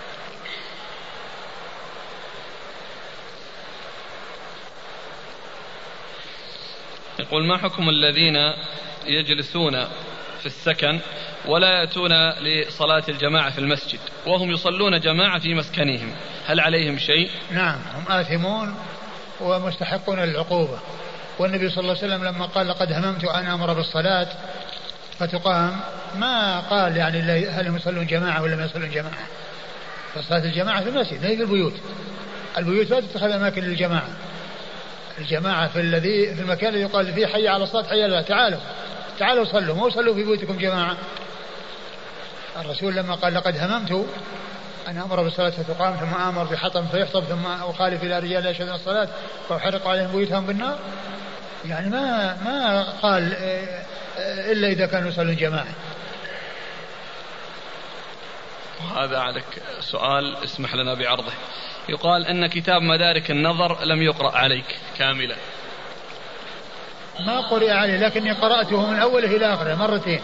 يقول ما حكم الذين يجلسون في السكن ولا يأتون لصلاة الجماعة في المسجد وهم يصلون جماعة في مسكنهم، هل عليهم شيء؟ نعم، هم آثمون ومستحقون للعقوبة. والنبي صلى الله عليه وسلم لما قال لقد هممت أن أمر بالصلاة فتقام ما قال يعني هل هم يصلون جماعة ولا ما يصلون جماعة، فصلاة الجماعة في المسجد لا في البيوت. البيوت لا تتخذ أماكن للجماعة. الجماعة في المكان الذي يقال فيه حي على الصلاة حي على الفلاح، تعالوا صلوا، مو صلوا في بيوتكم جماعة. الرسول لما قال لقد هممت أن أمر بالصلاة فتقام ثم أمر بحطب فيحطب ثم أخالف إلى رجال يشهدون الصلاة وأحرق عليهم بيوتهم بالنار، يعني ما قال إلا إذا كانوا يصلون جماعة. وهذا عليك سؤال اسمح لنا بعرضه. يقال أن كتاب مدارك النظر لم يقرأ عليك كاملا. ما قرأ علي لكني قرأته من أوله إلى آخره مرتين.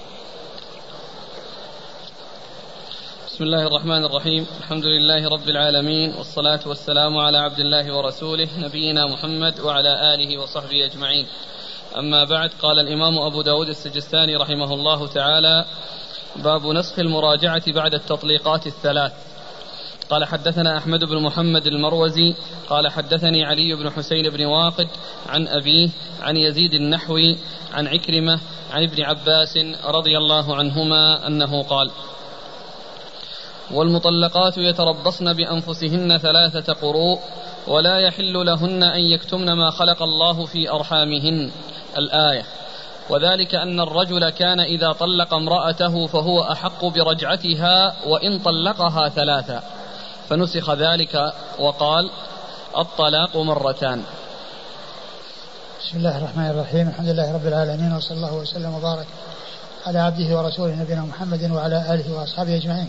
بسم الله الرحمن الرحيم، الحمد لله رب العالمين، والصلاة والسلام على عبد الله ورسوله نبينا محمد وعلى آله وصحبه أجمعين. أما بعد، قال الإمام أبو داود السجستاني رحمه الله تعالى: باب نسخ المراجعة بعد التطليقات الثلاث. قال حدثنا أحمد بن محمد المروزي قال حدثني علي بن حسين بن واقد عن أبيه عن يزيد النحوي عن عكرمة عن ابن عباس رضي الله عنهما أنه قال: والمطلقات يتربصن بأنفسهن 3 قروء ولا يحل لهن أن يكتمن ما خلق الله في أرحامهن، الآية. وذلك أن الرجل كان إذا طلق امرأته فهو أحق برجعتها وإن طلقها 3، فنسخ ذلك وقال الطلاق مرتان. بسم الله الرحمن الرحيم. الحمد لله رب العالمين، وصلى الله وسلم وبارك على عبده ورسوله نبينا محمد وعلى آله وأصحابه أجمعين.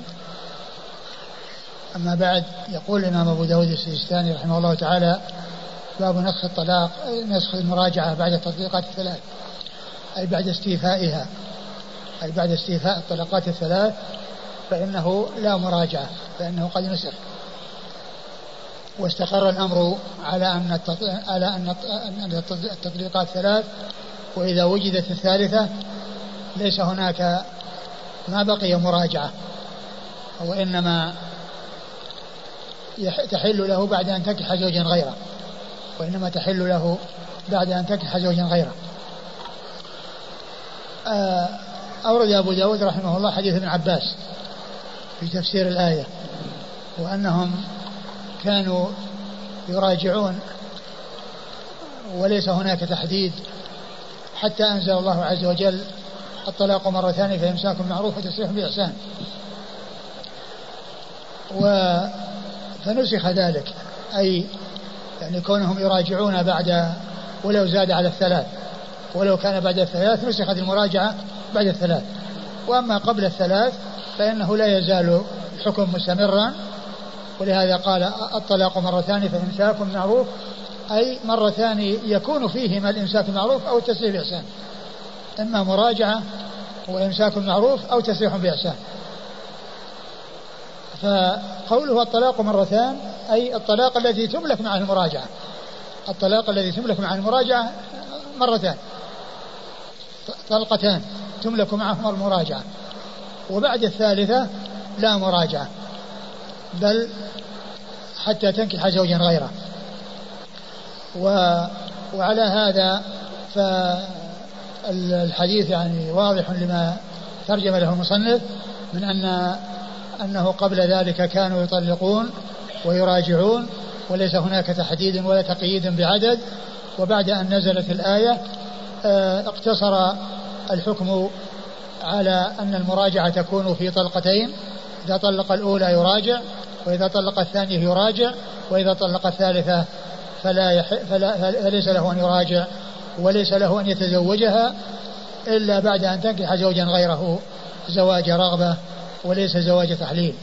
أما بعد، يقول الإمام أبو داود السجستاني رحمه الله تعالى: باب نسخ الطلاق، نسخ المراجعة بعد التطليقات 3، أي بعد استيفائها، أي بعد استيفاء الطلقات 3 فإنه لا مراجعة، فإنه قد نسخ. واستقر الأمر على أن التطليقات 3، وإذا وجدت 3 ليس هناك ما بقي مراجعة، وإنما تحل له بعد أن تنكح زوجا غيره، وإنما تحل له بعد أن تنكح زوجا غيره. أورد أبو داود رحمه الله حديث ابن عباس في تفسير الآية، وأنهم كانوا يراجعون وليس هناك تحديد، حتى أنزل الله عز وجل الطلاق مرتان فإمساك بمعروف وتسريح بإحسان، فنسخ ذلك، أي يعني كونهم يراجعون بعد ولو زاد على 3، ولو كان بعد 3 نسخت المراجعة بعد 3. وأما قبل 3 فإنه لا يزال الحكم مستمرا، ولهذا قال الطلاق مرتان فإمساك بمعروف، أي مرتان يكون فيهما الإمساك بمعروف أو التسريح بإحسان، إما مراجعة وإمساك بمعروف أو تسريح بإحسان. فقوله الطلاق مرتان أي الطلاق الذي تملك معه المراجعة، الطلاق الذي تملك معه المراجعة مرتان، طلقتان تملك معهما المراجعة، وبعد 3 لا مراجعة، بل حتى تنكح زوجا غيره. وعلى هذا فالحديث يعني واضح لما ترجم له المصنف من أنه قبل ذلك كانوا يطلقون ويراجعون وليس هناك تحديد ولا تقييد بعدد، وبعد أن نزلت الآية اقتصر الحكم على أن المراجعة تكون في طلقتين، إذا طلق الأولى يراجع، وإذا طلق الثانية يراجع، وإذا طلق الثالثة فليس له أن يراجع، وليس له أن يتزوجها إلا بعد أن تنكح زوجا غيره زواج رغبة وليس زواج تحليل.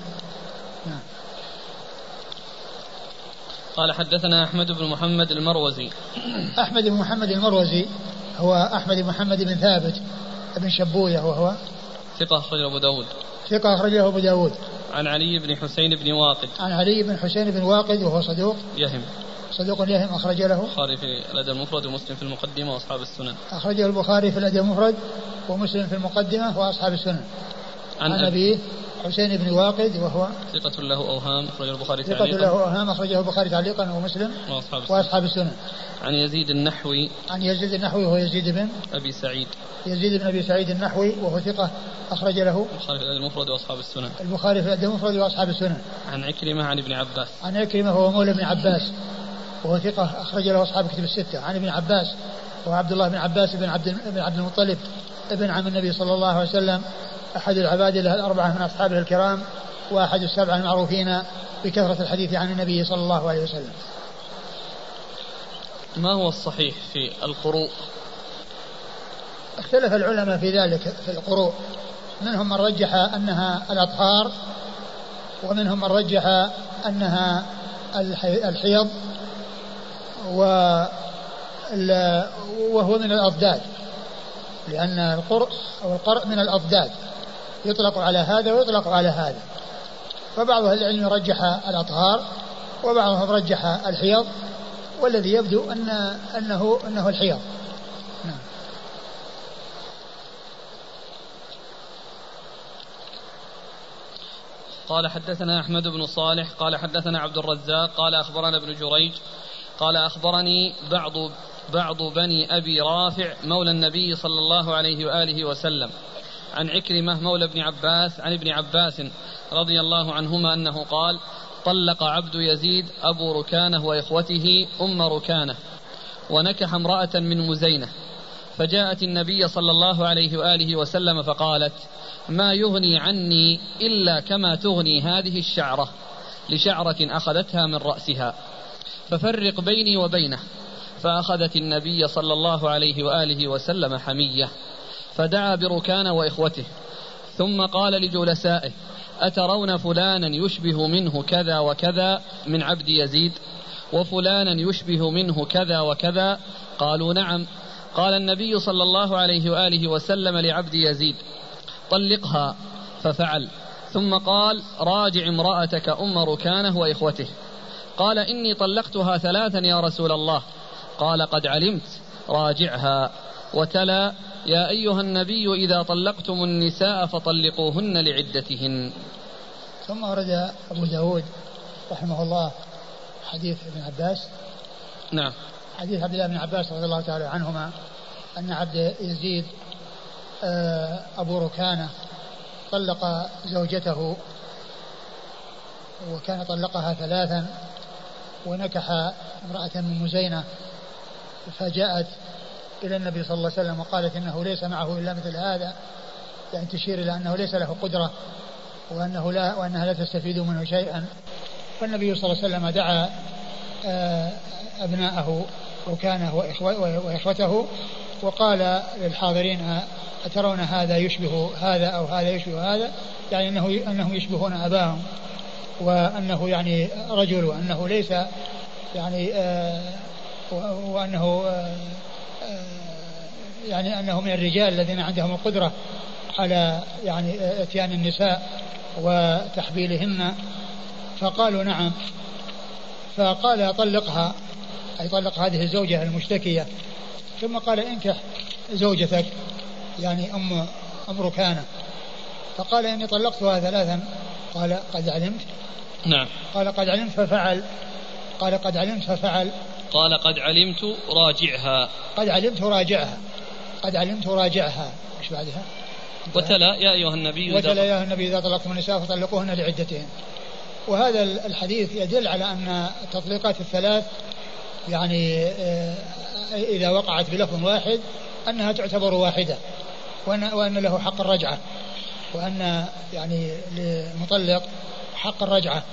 قال حدثنا أحمد بن محمد المروزي. أحمد بن محمد المروزي هو أحمد بن محمد بن ثابت بن شبوية، وهو ثقة أخرجه أبو داود. ثقة أخرجه أبو داود. عن علي بن حسين بن واقد. عن علي بن حسين بن واقد وهو صدوق يهم، أخرج له البخاري في الأدب المفرد ومسلم في المقدمة وأصحاب السنن. أخرجه البخاري في الأدب المفرد ومسلم في المقدمة وأصحاب السنن. عن أبيه حسين بن واقد وهو ثقة له أوهام، أخرجه البخاري تعليقا. ثقة له أوهام، أخرجه البخاري تعليقا ومسلم وأصحاب السنن. عن يزيد النحوي. عن يزيد النحوي وهو يزيد بن أبي سعيد. يزيد بن أبي سعيد النحوي وهو ثقة، أخرج له البخاري في الأدب المفرد وأصحاب السنن. البخاري في الأدب المفرد وأصحاب السنن. عن عكرمة عن ابن عباس. عن عكرمة هو مولى ابن عباس وهو ثقة، أخرج له أصحاب كتب الستة. عن ابن عباس وعبد الله بن عباس بن عبد المطلب ابن عم النبي صلى الله عليه وسلم، أحد العبادلة الأربعة من أصحابه الكرام، وأحد السبعة المعروفين بكثرة الحديث عن النبي صلى الله عليه وسلم. ما هو الصحيح في القروء؟ اختلف العلماء في ذلك في القروء، منهم من رجح أنها الأطهار، ومنهم من رجح أنها الحيض، وهو من الأضداد، لأن القرء أو القرء من الأضداد يطلق على هذا ويطلق على هذا. فبعض أهل العلم رجح الأطهار وبعضهم رجح الحيض، والذي يبدو أنه الحيض. نعم. قال حدثنا أحمد بن صالح قال حدثنا عبد الرزاق قال أخبرنا ابن جريج قال أخبرني بعض بني أبي رافع مولى النبي صلى الله عليه وآله وسلم عن عكرمة مولى ابن عباس عن ابن عباس رضي الله عنهما أنه قال: طلق عبد يزيد أبو ركانة وإخوته أم ركانة، ونكح امرأة من مزينة، فجاءت النبي صلى الله عليه وآله وسلم فقالت: ما يغني عني إلا كما تغني هذه الشعرة لشعرة أخذتها من رأسها، ففرق بيني وبينه. فأخذت النبي صلى الله عليه وآله وسلم حمية، فدعا بركان وإخوته، ثم قال لجلسائه: أترون فلانا يشبه منه كذا وكذا من عبد يزيد، وفلانا يشبه منه كذا وكذا؟ قالوا: نعم. قال النبي صلى الله عليه وآله وسلم لعبد يزيد: طلقها. ففعل، ثم قال: راجع امرأتك أم ركانه وإخوته. قال: إني طلقتها 3 يا رسول الله. قال: قد علمت، راجعها. وتلا: يا أيها النبي إذا طلقتم النساء فطلقوهن لعدتهن. ثم ورد أبو داود رحمه الله حديث ابن عباس. نعم. حديث عبد الله بن عباس رضي الله تعالى عنهما أن عبد يزيد أبو ركانة طلق زوجته، وكان طلقها 3، ونكح امرأة من مزينة، فجاءت إلى النبي صلى الله عليه وسلم وقالت إنه ليس معه إلا مثل هذا، يعني تشير إلى أنه ليس له قدرة وأنها لا تستفيد منه شيئا. فالنبي صلى الله عليه وسلم دعا أبناءه ركانه وإخوته وقال للحاضرين: أترون هذا يشبه هذا أو هذا يشبه هذا؟ يعني أنهم يشبهون أباهم، وأنه يعني رجل، وأنه ليس يعني وأنه يعني أنه من الرجال الذين عندهم القدرة على يعني اتيان النساء وتحبيلهن. فقالوا: نعم. فقال: طلقها، أي طلق هذه الزوجة المشتكية. ثم قال: انكح زوجتك، يعني أم ركانة. فقال: إني طلقتها 3. قال: قد علمت. نعم. قال: قد علمت ففعل. قال: قد علمت ففعل. قال: قد علمت، راجعها. قد علمت راجعها. قد علمت راجعها. ايش بعدها؟ وتلا: يا أيها النبي إذا طلقتم النساء فطلقوهن لعدتهن. وهذا الحديث يدل على أن التطليقات ال3 يعني إذا وقعت بلفظ واحد أنها تعتبر واحدة، وأن له حق الرجعة، وأن يعني للمطلق حق الرجعة.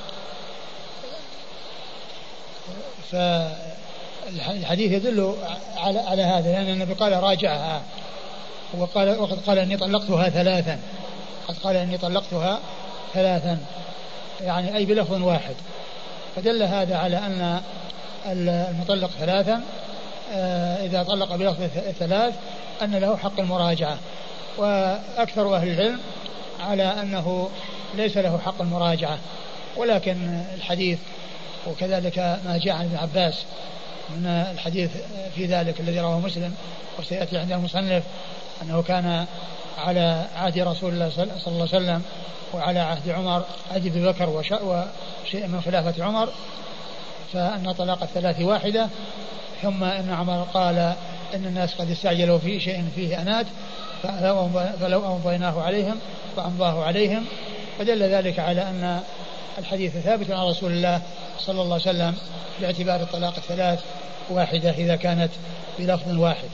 فالحديث يدل على هذا، لأن النبي قال: راجعها، وقد قال: إني طلقتها 3. قد قال: إني طلقتها 3، يعني أي بلفظ واحد. فدل هذا على أن المطلق 3 إذا طلق بلفظ 3 أن له حق المراجعة. وأكثر أهل العلم على أنه ليس له حق المراجعة، ولكن الحديث وكذلك ما جاء عن ابن عباس من الحديث في ذلك الذي رواه مسلم وسيأتي عند المصنف أنه كان على عهد رسول الله صلى الله عليه وسلم وعلى عهد عمر، عهد أبي بكر وشيء من خلافة عمر، فأن طلاق 3 واحدة. ثم أن عمر قال: إن الناس قد استعجلوا في شيء فيه أنات، فلو أمضيناه عليهم فأمضاه عليهم. فدل ذلك على أن الحديث ثابت عن رسول الله صلى الله عليه وسلم باعتبار الطلاق 3 واحدة إذا كانت بلفظ واحد.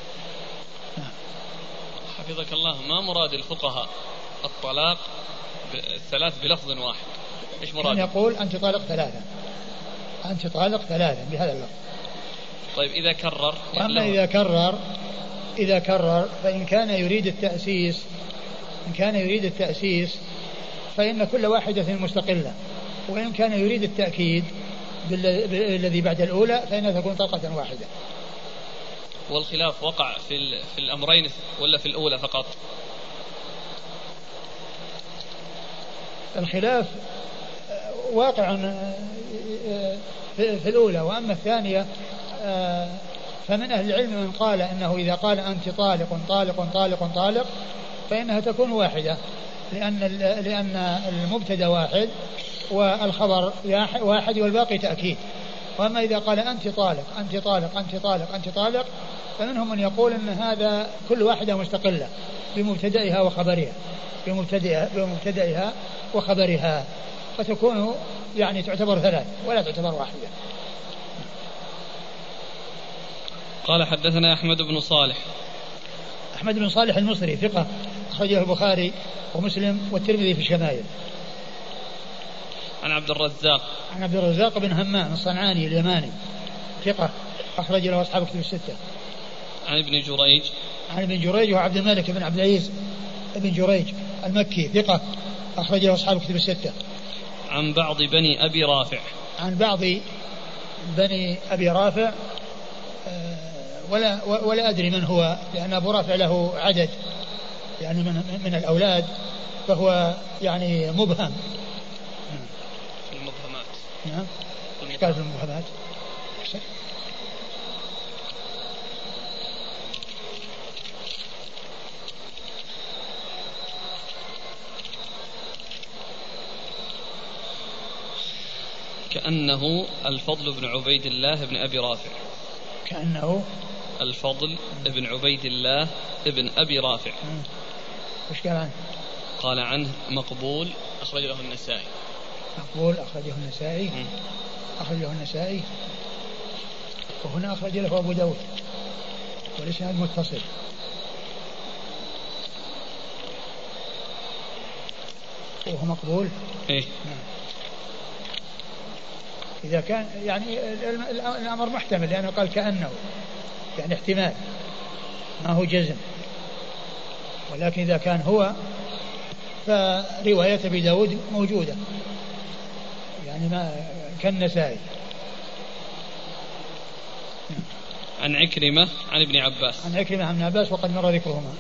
حفظك الله، ما مراد الفقهاء الطلاق 3 بلفظ واحد؟ إيش مراد؟ يقول: أنت طالق 3، أنت طالق 3 بهذا اللفظ. طيب إذا كرر؟ أما إذا كرر فإن كان يريد التأسيس فإن كل واحدة مستقلة، وإن كان يريد التأكيد بالذي بعد الأولى فإنها تكون طلقة واحدة. والخلاف وقع في الأمرين ولا في الأولى فقط؟ الخلاف واقع في الأولى، وأما الثانية فمن أهل العلم من قال أنه إذا قال: أنت طالق طالق طالق طالق، فإنها تكون واحدة، لأن المبتدا واحد والخبر واحد والباقي تأكيد. وأما إذا قال: أنت طالق أنت طالق أنت طالق أنت طالق، فمنهم من يقول أن هذا كل واحدة مستقلة بمبتدئها وخبرها، فتكون يعني تعتبر 3 ولا تعتبر واحدة. قال: حدثنا أحمد بن صالح أحمد بن صالح المصري ثقة أخرجه البخاري ومسلم والترمذي في الشمائل. عن عبد الرزاق. عن عبد الرزاق بن همام الصنعاني اليماني ثقة أخرج له أصحاب كتب الستة. عن ابن جريج. عن ابن جريج وعبد الملك بن عبد العزيز ابن جريج المكي ثقة أخرج له أصحاب كتب الستة. عن بعض بني أبي رافع. عن بعض بني أبي رافع ولا أدري من هو، لأن أبو رافع له عدد يعني من الأولاد، فهو يعني مبهم. المبهمات. نعم. إشكال في المبهمات. كأنه الفضل بن عبيد الله بن أبي رافع. كأنه الفضل بن عبيد الله بن أبي رافع. وش قال عنه؟ قال عنه مقبول أخرجه النسائي. مقبول أخرجه النسائي. أخرجه النسائي، وهنا أخرج له أبو داود والإسناد متصل. وهو مقبول. إيه؟ نعم. إذا كان يعني الأمر محتمل، لأنه قال كأنه يعني احتمال ما هو جزم، ولكن إذا كان هو فرواية أبي داود موجودة يعني ما كالنسائي. عن عكرمة عن ابن عباس. عن عكرمة عن ابن عباس وقد مر ذكرهما.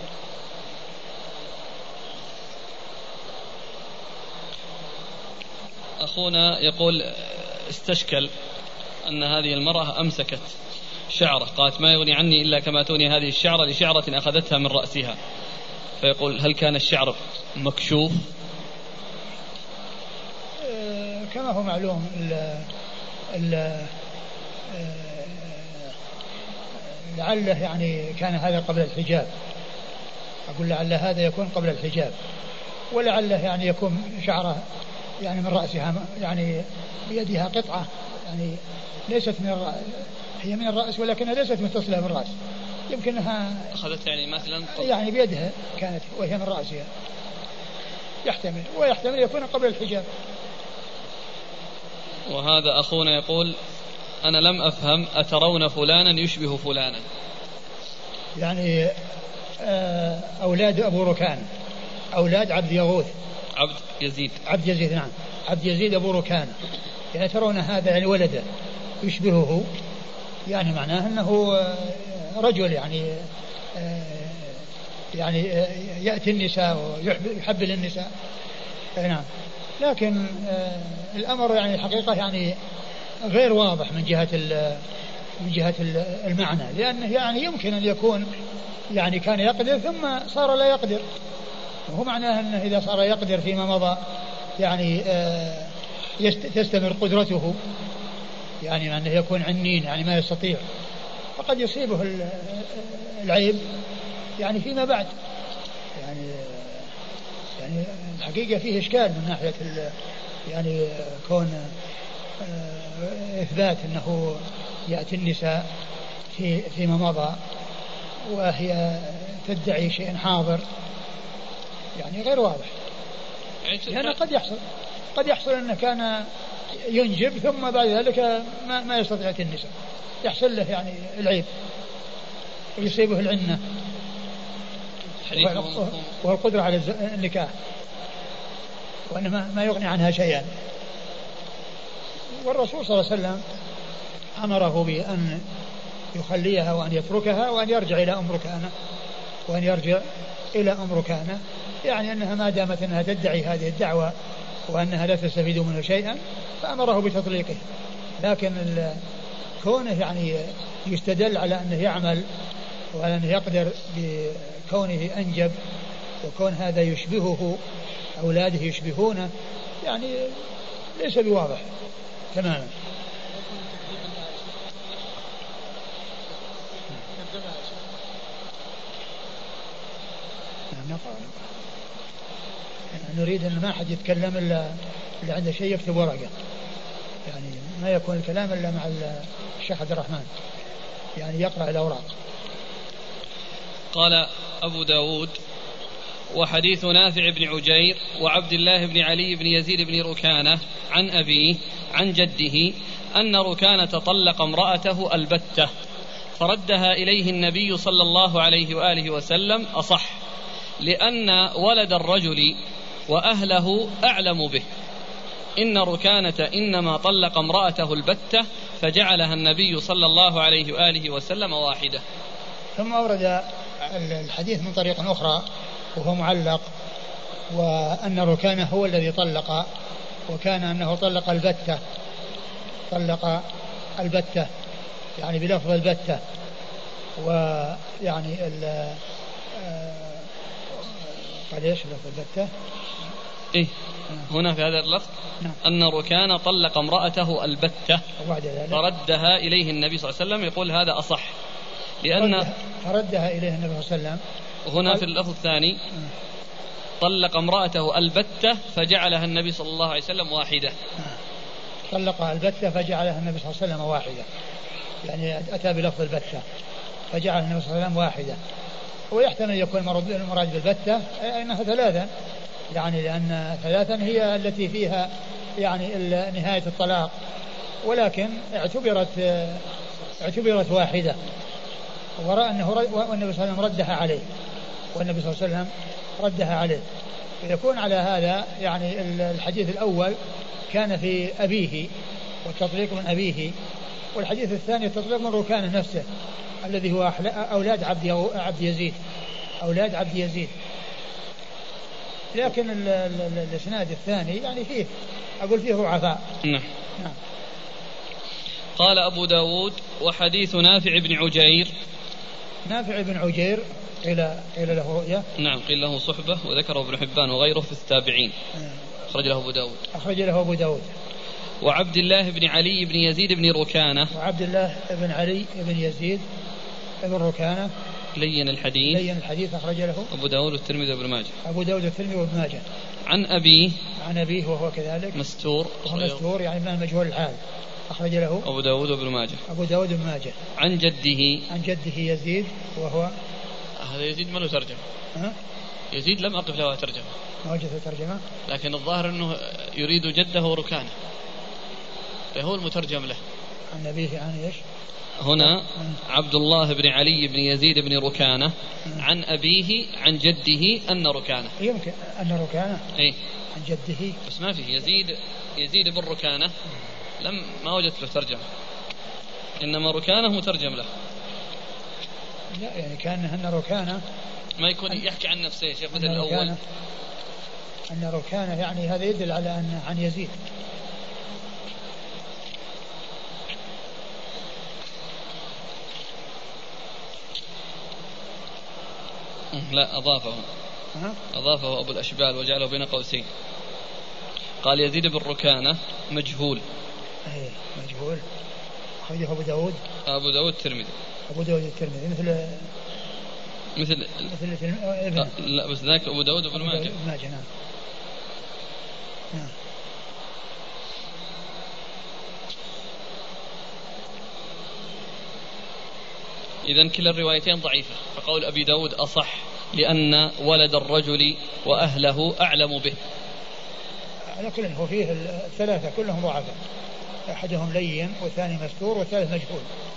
أخونا يقول استشكل أن هذه المرأة أمسكت شعره، قالت ما يغني عني إلا كما تغني هذه الشعرة لشعرة أخذتها من رأسها، فيقول هل كان الشعر مكشوف؟ كما هو معلوم لعله يعني كان هذا قبل الحجاب، أقول لعل هذا يكون قبل الحجاب، ولعله يعني يكون شعره يعني من رأسها، يعني بيدها قطعة يعني ليست من الرأس، هي من الرأس ولكنها ليست متصلة بالرأس، يمكنها أخذت يعني مثلا يعني بيدها كانت وهي من رأسها، يحتمل ويحتمل يكون قبل الحجاب. وهذا أخونا يقول أنا لم أفهم، أترون فلانا يشبه فلانا؟ يعني أولاد أبو ركان، أولاد عبد يغوث، عبد يزيد نعم، عبد يزيد أبو ركان، يعني ترون هذا يعني ولده يشبهه، يعني معناه أنه رجل يعني يأتي النساء ويحب للنساء نعم. لكن الأمر يعني الحقيقة يعني غير واضح من جهة المعنى، لأنه يعني يمكن أن يكون يعني كان يقدر ثم صار لا يقدر، وهو معناه أنه إذا صار يقدر فيما مضى يعني تستمر قدرته، يعني أنه يكون عنين يعني ما يستطيع، فقد يصيبه العيب يعني فيما بعد، يعني الحقيقة فيه إشكال من ناحية يعني كون إثبات أنه يأتي النساء فيما مضى وهي تدعي شيء حاضر، يعني غير واضح، لأنه قد يحصل أنه كان ينجب ثم بعد ذلك ما يستطيع يأتي النساء، يحصل له يعني العيب ويصيبه العنة والقدرة على النكاح، وأنه ما يغني عنها شيئا. والرسول صلى الله عليه وسلم أمره بأن يخليها وأن يتركها وأن يرجع إلى أم ركانة، يعني أنها ما دامت أنها تدعي هذه الدعوة وأنها لا تستفيد منه شيئا فأمره بتطليقه. لكن كونه يعني يستدل على أنه يعمل وعلى أنه يقدر بكونه أنجب وكون هذا يشبهه أولاده يشبهونه، يعني ليس بواضح تماما. نريد أن ما أحد يتكلم إلا اللي عنده شيء يكتب ورقة، يعني ما يكون الكلام إلا مع الشيخ عبد الرحمن، يعني يقرأ الأوراق. قال أبو داود وحديث نافع بن عجير وعبد الله بن علي بن يزيد بن ركانة عن أبيه عن جده أن ركانة طلق امرأته البتة فردها إليه النبي صلى الله عليه وآله وسلم أصح، لأن ولد الرجل وأهله أعلم به. إن ركانة إنما طلق امرأته البتة فجعلها النبي صلى الله عليه وآله وسلم واحدة. ثم أورد الحديث من طريق أخرى وهو معلق، وأن ركانة هو الذي طلق، وكان أنه طلق البتة يعني بلفظ البتة، ويعني قال ايش لفظ البتة؟ إيه هنا في هذا اللفظ أن ركانة طلق امرأته البتة فردها إليه النبي صلى الله عليه وسلم، يقول هذا أصح لأن فردها إليه النبي صلى الله عليه وسلم. هنا في اللفظ الثاني طلق امرأته البتة فجعلها النبي صلى الله عليه وسلم واحدة. طلق البتة فجعلها النبي صلى الله عليه وسلم واحدة، يعني أتى بلفظ البتة فجعل النبي صلى الله عليه وسلم واحدة. ويحتمل يكون المراد بالبتة أنها ثلاثا، يعني لأن ثلاثا هي التي فيها يعني نهاية الطلاق، ولكن اعتبرت واحدة، ورأى أنه والنبي صلى الله عليه وسلم ردها عليه. فيكون على هذا يعني الحديث الأول كان في أبيه والتطليق من أبيه، والحديث الثاني التطليق من ركانه نفسه الذي هو أولاد عبد يزيد. لكن الإسناد الثاني يعني فيه ضعفاء. نعم. قال أبو داود وحديث نافع بن عجير. نافع بن عجير قيل له رؤيا. نعم قيل له صحبة، وذكره ابن حبان وغيره في التابعين. أخرج له أبو داود. وعبد الله بن علي بن يزيد بن ركانة. وعبد الله بن علي بن يزيد بن ركانة لين الحديث أخرج له أبو داود والترمذي وابن ماجه. عن أبيه وهو كذلك مستور يعني من مجهول الحال، أخرج له أبو داود وابن ماجه. عن جده يزيد، وهو هذا يزيد ما له ترجمة. يزيد لم أقف له ترجمة، ما وجدت ترجمة، لكن الظاهر أنه يريد جده ركانة فهو المترجم له. عن أبيه عن إيش هنا؟ عبد الله بن علي بن يزيد بن ركانة عن أبيه عن جده أن ركانة. يمكن أن ركانة إيه؟ عن جده، بس ما فيه يزيد بن ركانة، ما وجدت له ترجمة، إنما ركانة مترجم له. لا يعني كان أن ركانة ما يكون يحكي عن نفسه يا شيخ مثل الأول. أن ركانة يعني هذا يدل على أن عن يزيد. لا أضافه أبو الأشبال وجعله بين قوسين، قال يزيد بن ركانة مجهول. مجهول. أخرجه أبو داود الترمذي. مثل ابن. لا بس ذاك أبو داود وابن ماجه. نعم. إذن كلا الروايتين ضعيفة، فقول أبي داود أصح لأن ولد الرجل وأهله أعلم به. على كل هو فيه الثلاثة كلهم ضعفاء، أحدهم لين والثاني مستور والثالث مجهول.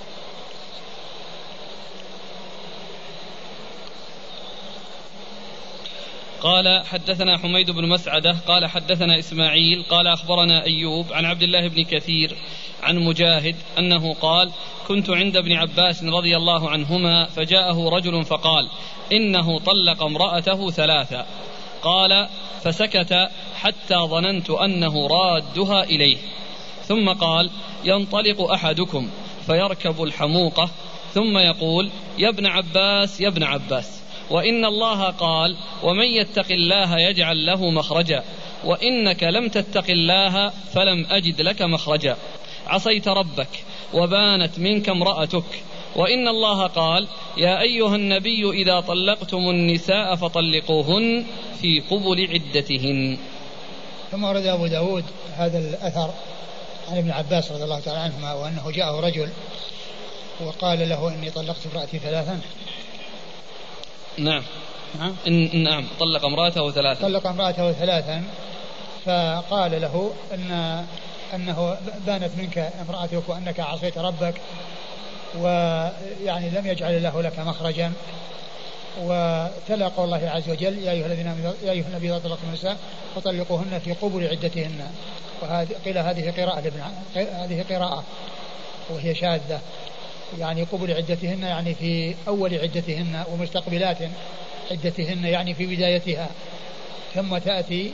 قال حدثنا حميد بن مسعدة قال حدثنا إسماعيل قال أخبرنا أيوب عن عبد الله بن كثير عن مجاهد أنه قال كنت عند ابن عباس رضي الله عنهما فجاءه رجل فقال إنه طلق امرأته 3. قال فسكت حتى ظننت أنه رادها إليه، ثم قال ينطلق أحدكم فيركب الحموقة ثم يقول يا ابن عباس وإن الله قال ومن يتق الله يجعل له مخرجا، وإنك لم تتق الله فلم أجد لك مخرجا، عصيت ربك وبانت منك امرأتك، وإن الله قال يا أيها النبي إذا طلقتم النساء فطلقوهن في قبل عدتهن. ثم ورد أبو داود هذا الأثر عن ابن عباس رضي الله تعالى عنهما، وأنه جاءه رجل وقال له إني طلقت امرأتي 3، نعم. نعم. طلق امرأته ثلاثا فقال له أنه بانت منك امرأتك وأنك عصيت ربك ويعني لم يجعل الله لك مخرجا، وتلا قول الله عز وجل يا أيها النبي إذا طلقتم النساء فطلقوهن في قبل عدتهن. وقيل هذه قراءة وهي شاذة، يعني قبل عدتهن يعني في أول عدتهن، ومستقبلات عدتهن يعني في بدايتها، ثم تأتي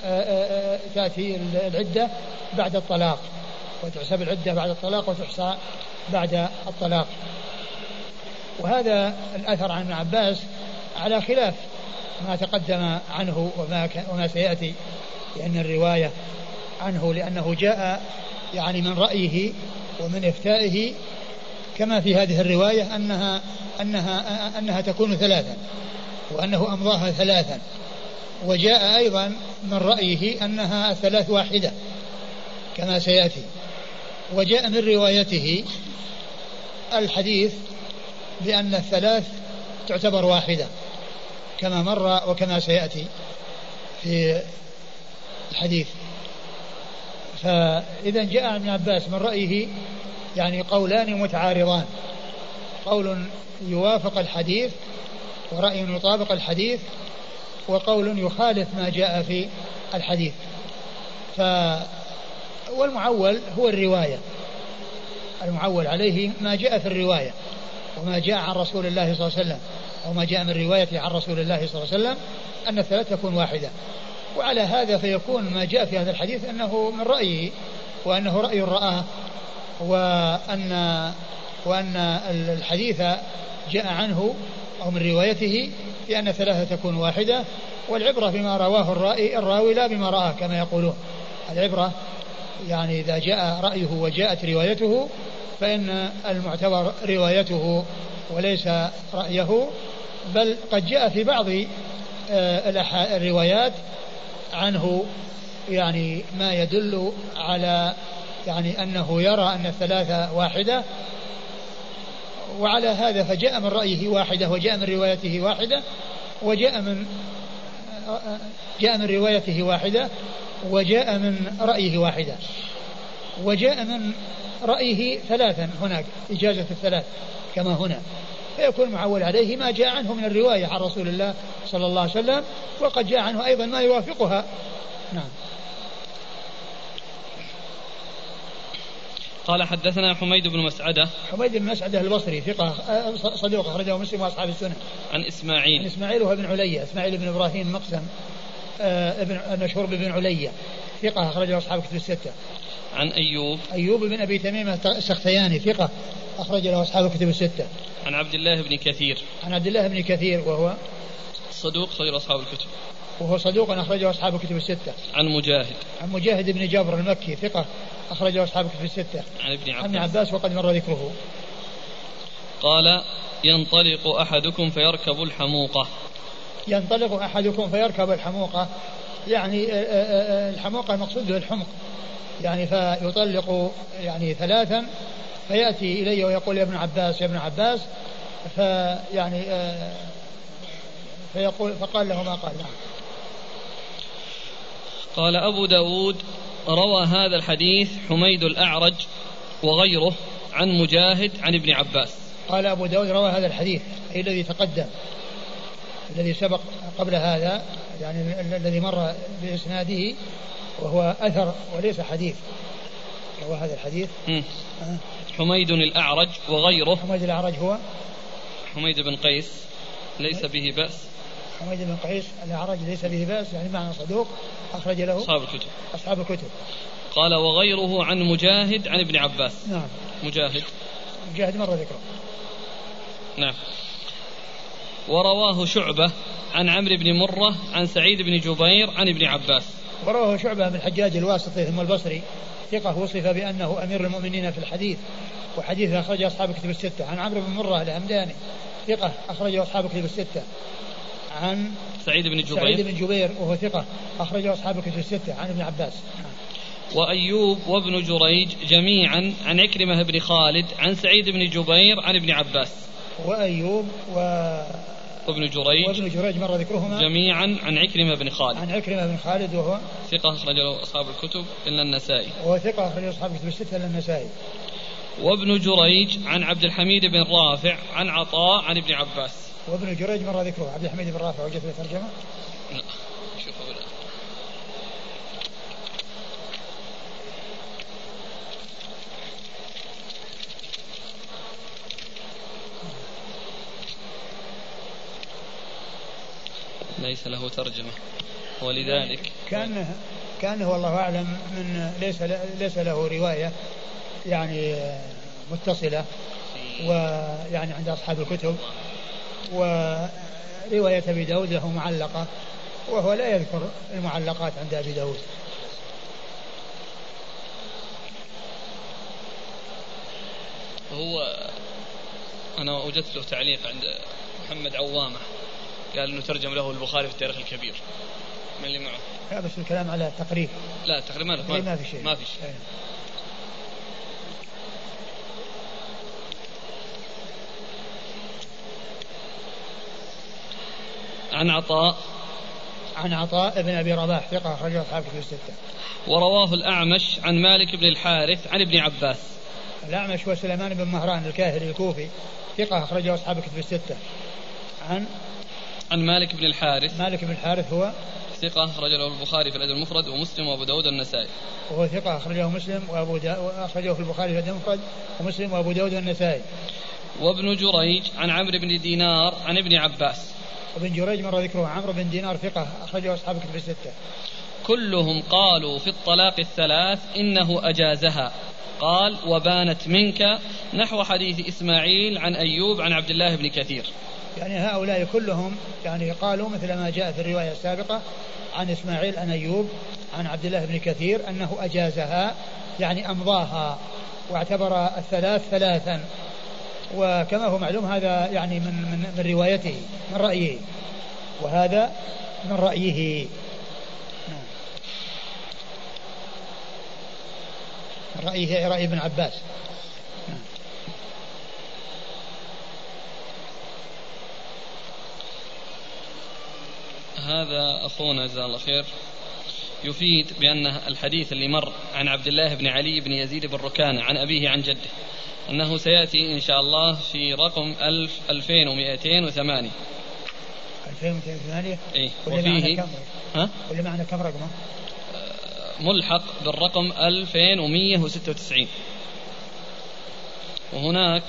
العدة بعد الطلاق، وتحسب العدة بعد الطلاق وتحصى بعد الطلاق. وهذا الأثر عن ابن عباس على خلاف ما تقدم عنه وما سيأتي، لأن الرواية عنه لأنه جاء يعني من رأيه ومن إفتائه كما في هذه الرواية أنها تكون ثلاثا، وأنه أمضاها ثلاثا، وجاء أيضا من رأيه أنها الثلاث واحدة كما سيأتي، وجاء من روايته الحديث بأن الثلاث تعتبر واحدة كما مر وكما سيأتي في الحديث. فإذا جاء ابن عباس من رأيه يعني قولان متعارضان، قول يوافق الحديث ورأي يطابق الحديث، وقول يخالف ما جاء في الحديث. والمعول هو الرواية، المعول عليه ما جاء في الرواية وما جاء عن رسول الله صلى الله عليه وسلم، أو ما جاء من رواية عن رسول الله صلى الله عليه وسلم أن الثلاث تكون واحدة. وعلى هذا فيكون ما جاء في هذا الحديث أنه من رأيه، وأنه رأي رآه، وأن الحديث جاء عنه أو من روايته بأن ثلاثة تكون واحدة. والعبرة بما رواه الراوي لا بما رآه كما يقولون. العبرة يعني إذا جاء رأيه وجاءت روايته فإن المعتبر روايته وليس رأيه، بل قد جاء في بعض الروايات عنه يعني ما يدل على يعني أنه يرى أن الثلاثة واحدة، وعلى هذا فجاء من رأيه واحدة وجاء من روايته واحدة، وجاء من روايته واحدة وجاء من رأيه واحدة، وجاء من رأيه ثلاثا هناك إجازة الثلاث كما هنا، فيكون معول عليه ما جاء عنه من الرواية عن رسول الله صلى الله عليه وسلم، وقد جاء عنه أيضا ما يوافقها. نعم. قال حدثنا حميد بن مسعدة. حميد بن مسعدة البصري ثقة صدوق أخرجه مسلم وأصحاب السنن. عن إسماعيل وهو ابن علية، إسماعيل بن إبراهيم مقسم المشهور بن علية ثقة أخرجه أصحاب كتب الستة. عن أيوب بن أبي تميمة السختياني ثقة أخرج له أصحاب كتب الستة. عن عبد الله بن كثير وهو صدوق صغير أصحاب الكتب، وهو صدوق أخرجه أصحاب الكتب الستة. عن مجاهد بن جبر المكي ثقة أخرجه أصحاب الكتب الستة. عن ابن عباس وقد مر ذكره. قال ينطلق أحدكم فيركب الحموقة. يعني الحموقة المقصود به الحمق، يعني فيطلق يعني ثلاثا فيأتي إلي ويقول يا ابن عباس فيعني فقال له ما قال. قال أبو داود روى هذا الحديث حميد الأعرج وغيره عن مجاهد عن ابن عباس. قال أبو داود روى هذا الحديث أي الذي تقدم، الذي سبق قبل هذا، يعني الذي مر بإسناده وهو أثر وليس حديث، روى هذا الحديث حميد الأعرج وغيره. حميد الأعرج هو حميد بن قيس ليس به بأس. حميد بن قيس الأعرج ليس به بأس، يعني معنى صدوق أخرج له أصحاب الكتب. قال وغيره عن مجاهد عن ابن عباس. نعم. مجاهد مر ذكره. نعم. ورواه شعبة عن عمرو بن مرة عن سعيد بن جبير عن ابن عباس. ورواه شعبة من الحجاج الواسطي ثم البصري ثقة وصف بأنه أمير المؤمنين في الحديث، وحديثه أخرجه أصحاب الكتب الستة. عن عمرو بن مرة الهمداني ثقة أخرجه أصحاب الكتب الستة. عن سعيد بن جبير وهو ثقة أخرجه أصحاب الكتب الستة. عن ابن عباس. وأيوب وابن جريج جميعا عن عكرمة بن خالد عن سعيد بن جبير عن ابن عباس. وأيوب وابن جريج مر ذكرهما جميعا عن عكرمة بن خالد. عن عكرمة بن خالد وهو ثقة أخرجه أصحاب الكتب إلا النسائي. وهو ثقة أخرجه أصحاب الكتب الستة إلا النسائي. وابن جريج عن عبد الحميد بن رافع عن عطاء عن ابن عباس. وابن جريج مر ذكره. عبد الحميد بن رافع وجدت له ترجمة؟ لا شوفوا بالله. ليس له ترجمة ولذلك كان والله أعلم من ليس له رواية يعني متصلة ويعني عند أصحاب الكتب، ورواية أبي داود له معلقة وهو لا يذكر المعلقات عند أبي داود. هو أنا وجدت له تعليق عند محمد عوامة قال إنه ترجم له البخاري في التاريخ الكبير. من اللي معه؟ لا بس الكلام على التقريب. لا تقريبا ما في شيء. ما في شيء. عن عطاء ابن أبي رباح ثقة أخرجه أصحاب الكتب الستة. ورواه الأعمش عن مالك بن الحارث عن ابن عباس. الأعمش وسليمان بن مهران الكاهلي الكوفي ثقة أخرجه أصحاب الكتب الستة. عن مالك بن الحارث. مالك بن الحارث هو ثقة أخرجه البخاري في الأدب المفرد ومسلم وأبو داود والنسائي. وهو ثقة أخرجه مسلم أخرجه في البخاري في الأدب المفرد ومسلم وأبو داود والنسائي. وابن جريج عن عمرو بن دينار عن ابن عباس. وابن جريج مر ذكره. عمرو بن دينار ثقة أخرجه أصحاب الكتب الستة. كلهم قالوا في الطلاق الثلاث إنه أجازها. قال وبانت منك نحو حديث إسماعيل عن أيوب عن عبد الله بن كثير. يعني هؤلاء كلهم يعني قالوا مثل ما جاء في الرواية السابقة عن إسماعيل عن أيوب عن عبد الله بن كثير أنه أجازها يعني أمضاها واعتبر الثلاث ثلاثا. وكما هو معلوم هذا يعني من روايته من رأيه، وهذا من رأيه من رأيه رأي ابن عباس. هذا أخونا جزاه الله خير يفيد بأن الحديث اللي مر عن عبد الله بن علي بن يزيد بن ركانة عن أبيه عن جده أنه سيأتي إن شاء الله في رقم 2208. 2208 إيه وفيه واللي معنا كم رقمه؟ ملحق بالرقم 2196. وهناك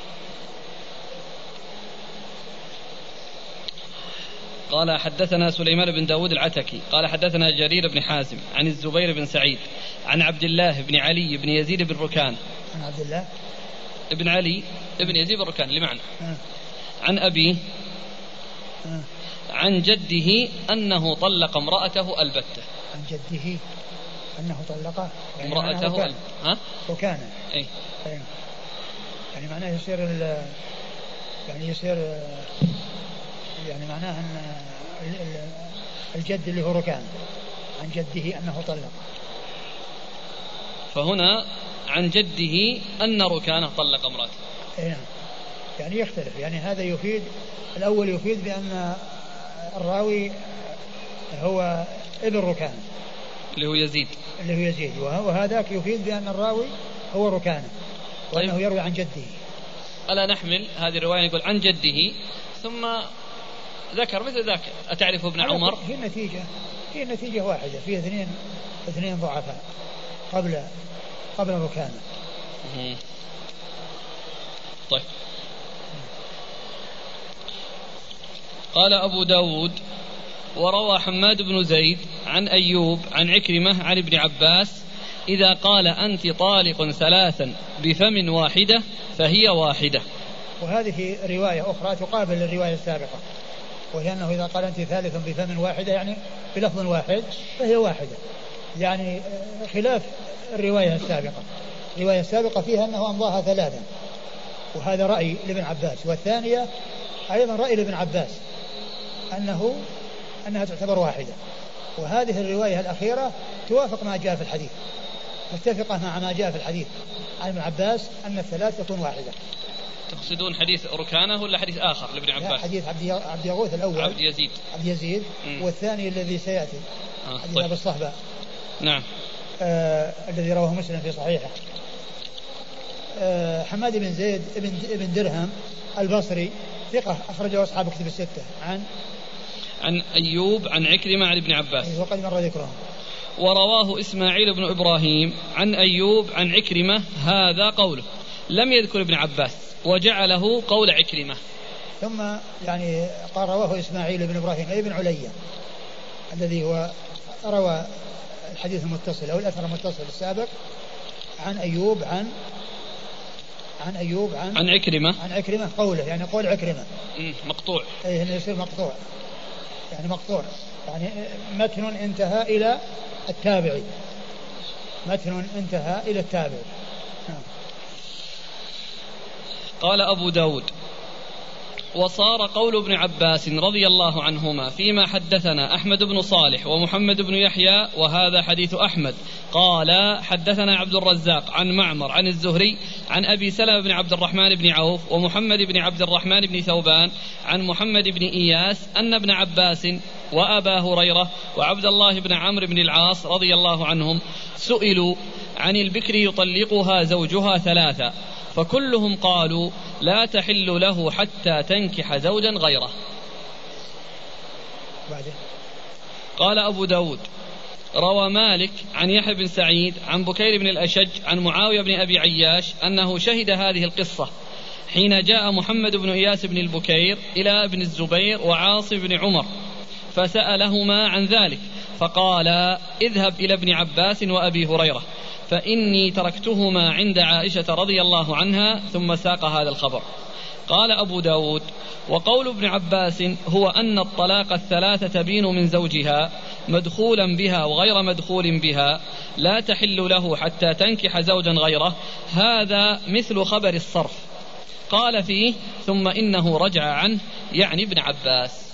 قال حدثنا سليمان بن داود العتكي قال حدثنا جرير بن حازم عن الزبير بن سعيد عن عبد الله بن علي بن يزيد بن ركان. عن عبد الله بن علي بن يزيد بن ركان اللي معنا عن أبيه عن جده أنه طلق امرأته البتة. عن جده أنه طلق يعني امرأته ركان. أي يعني معناه يصير يعني معناه أن الجد اللي هو ركان عن جده أنه طلق. فهنا عن جده أن ركانه طلق امرأته. يعني يختلف. يعني هذا يفيد الأول يفيد بأن الراوي هو ابن ركان اللي هو يزيد وهذاك يفيد بأن الراوي هو ركانه وأنه طيب. يروي عن جده. ألا نحمل هذه الرواية يقول عن جده ثم ذكر مثل ذاك أتعرف ابن عمر. هي النتيجة واحدة. فيه اثنين ضعفاء قبل ركانه. طيب. قال أبو داود وروى حماد بن زيد عن أيوب عن عكرمة عن ابن عباس إذا قال أنت طالق ثلاثا بفم واحدة فهي واحدة. وهذه رواية أخرى تقابل الرواية السابقة، وهي أنه إذا قال أنت ثالث بفم واحدة يعني بلفظ واحد فهي واحدة، يعني خلاف الرواية السابقة. الرواية السابقة فيها أنه أمضاها ثلاثا، وهذا رأي لابن عباس، والثانية أيضا رأي لابن عباس أنها تعتبر واحدة. وهذه الرواية الأخيرة توافق ما جاء في الحديث، متفقة مع ما جاء في الحديث عن ابن عباس أن الثلاث تكون واحدة. تقصدون حديث ركانة ولا حديث آخر لابن عباس؟ حديث عبد يغوث الأول، عبد يزيد. والثاني الذي سيأتي حديث طيب. أبي الصهباء. نعم. الذي رواه مسلم في صحيحه. حماد بن زيد ابن درهم البصري ثقة أخرجه أصحاب كتب الستة. عن أيوب عن عكرمة عن ابن عباس، وقد مر ذكرهم. ورواه إسماعيل بن إبراهيم عن أيوب عن عكرمة، هذا قوله، لم يذكر ابن عباس وجعله قول عكرمة. ثم يعني قال رواه إسماعيل بن إبراهيم أي بن عليا الذي هو روى الحديث المتصل أو الأثر المتصل السابق عن أيوب عن عكرمة قوله، يعني قول عكرمة مقطوع، أي أنه يصير مقطوع، يعني مقطوع، يعني متن انتهى إلى التابعي، متن انتهى إلى التابعي. قال أبو داود: وصار قول ابن عباس رضي الله عنهما فيما حدثنا أحمد بن صالح ومحمد بن يحيى، وهذا حديث أحمد. قال: حدثنا عبد الرزاق عن معمر عن الزهري عن أبي سلمة بن عبد الرحمن بن عوف ومحمد بن عبد الرحمن بن ثوبان عن محمد بن إياس أن ابن عباس وأبا هريرة وعبد الله بن عمرو بن العاص رضي الله عنهم سئلوا عن البكر يطلقها زوجها ثلاثا، فكلهم قالوا: لا تحل له حتى تنكح زوجا غيره. قال أبو داود: روى مالك عن يحيى بن سعيد عن بكير بن الأشج عن معاوية بن أبي عياش أنه شهد هذه القصة حين جاء محمد بن إياس بن البكير إلى ابن الزبير وعاصم بن عمر فسألهما عن ذلك، فقال: اذهب إلى ابن عباس وأبي هريرة فإني تركتهما عند عائشة رضي الله عنها، ثم ساق هذا الخبر. قال أبو داود: وقول ابن عباس هو أن الطلاق الثلاثة تبين من زوجها مدخولا بها وغير مدخول بها، لا تحل له حتى تنكح زوجا غيره، هذا مثل خبر الصرف. قال فيه: ثم إنه رجع عنه، يعني ابن عباس.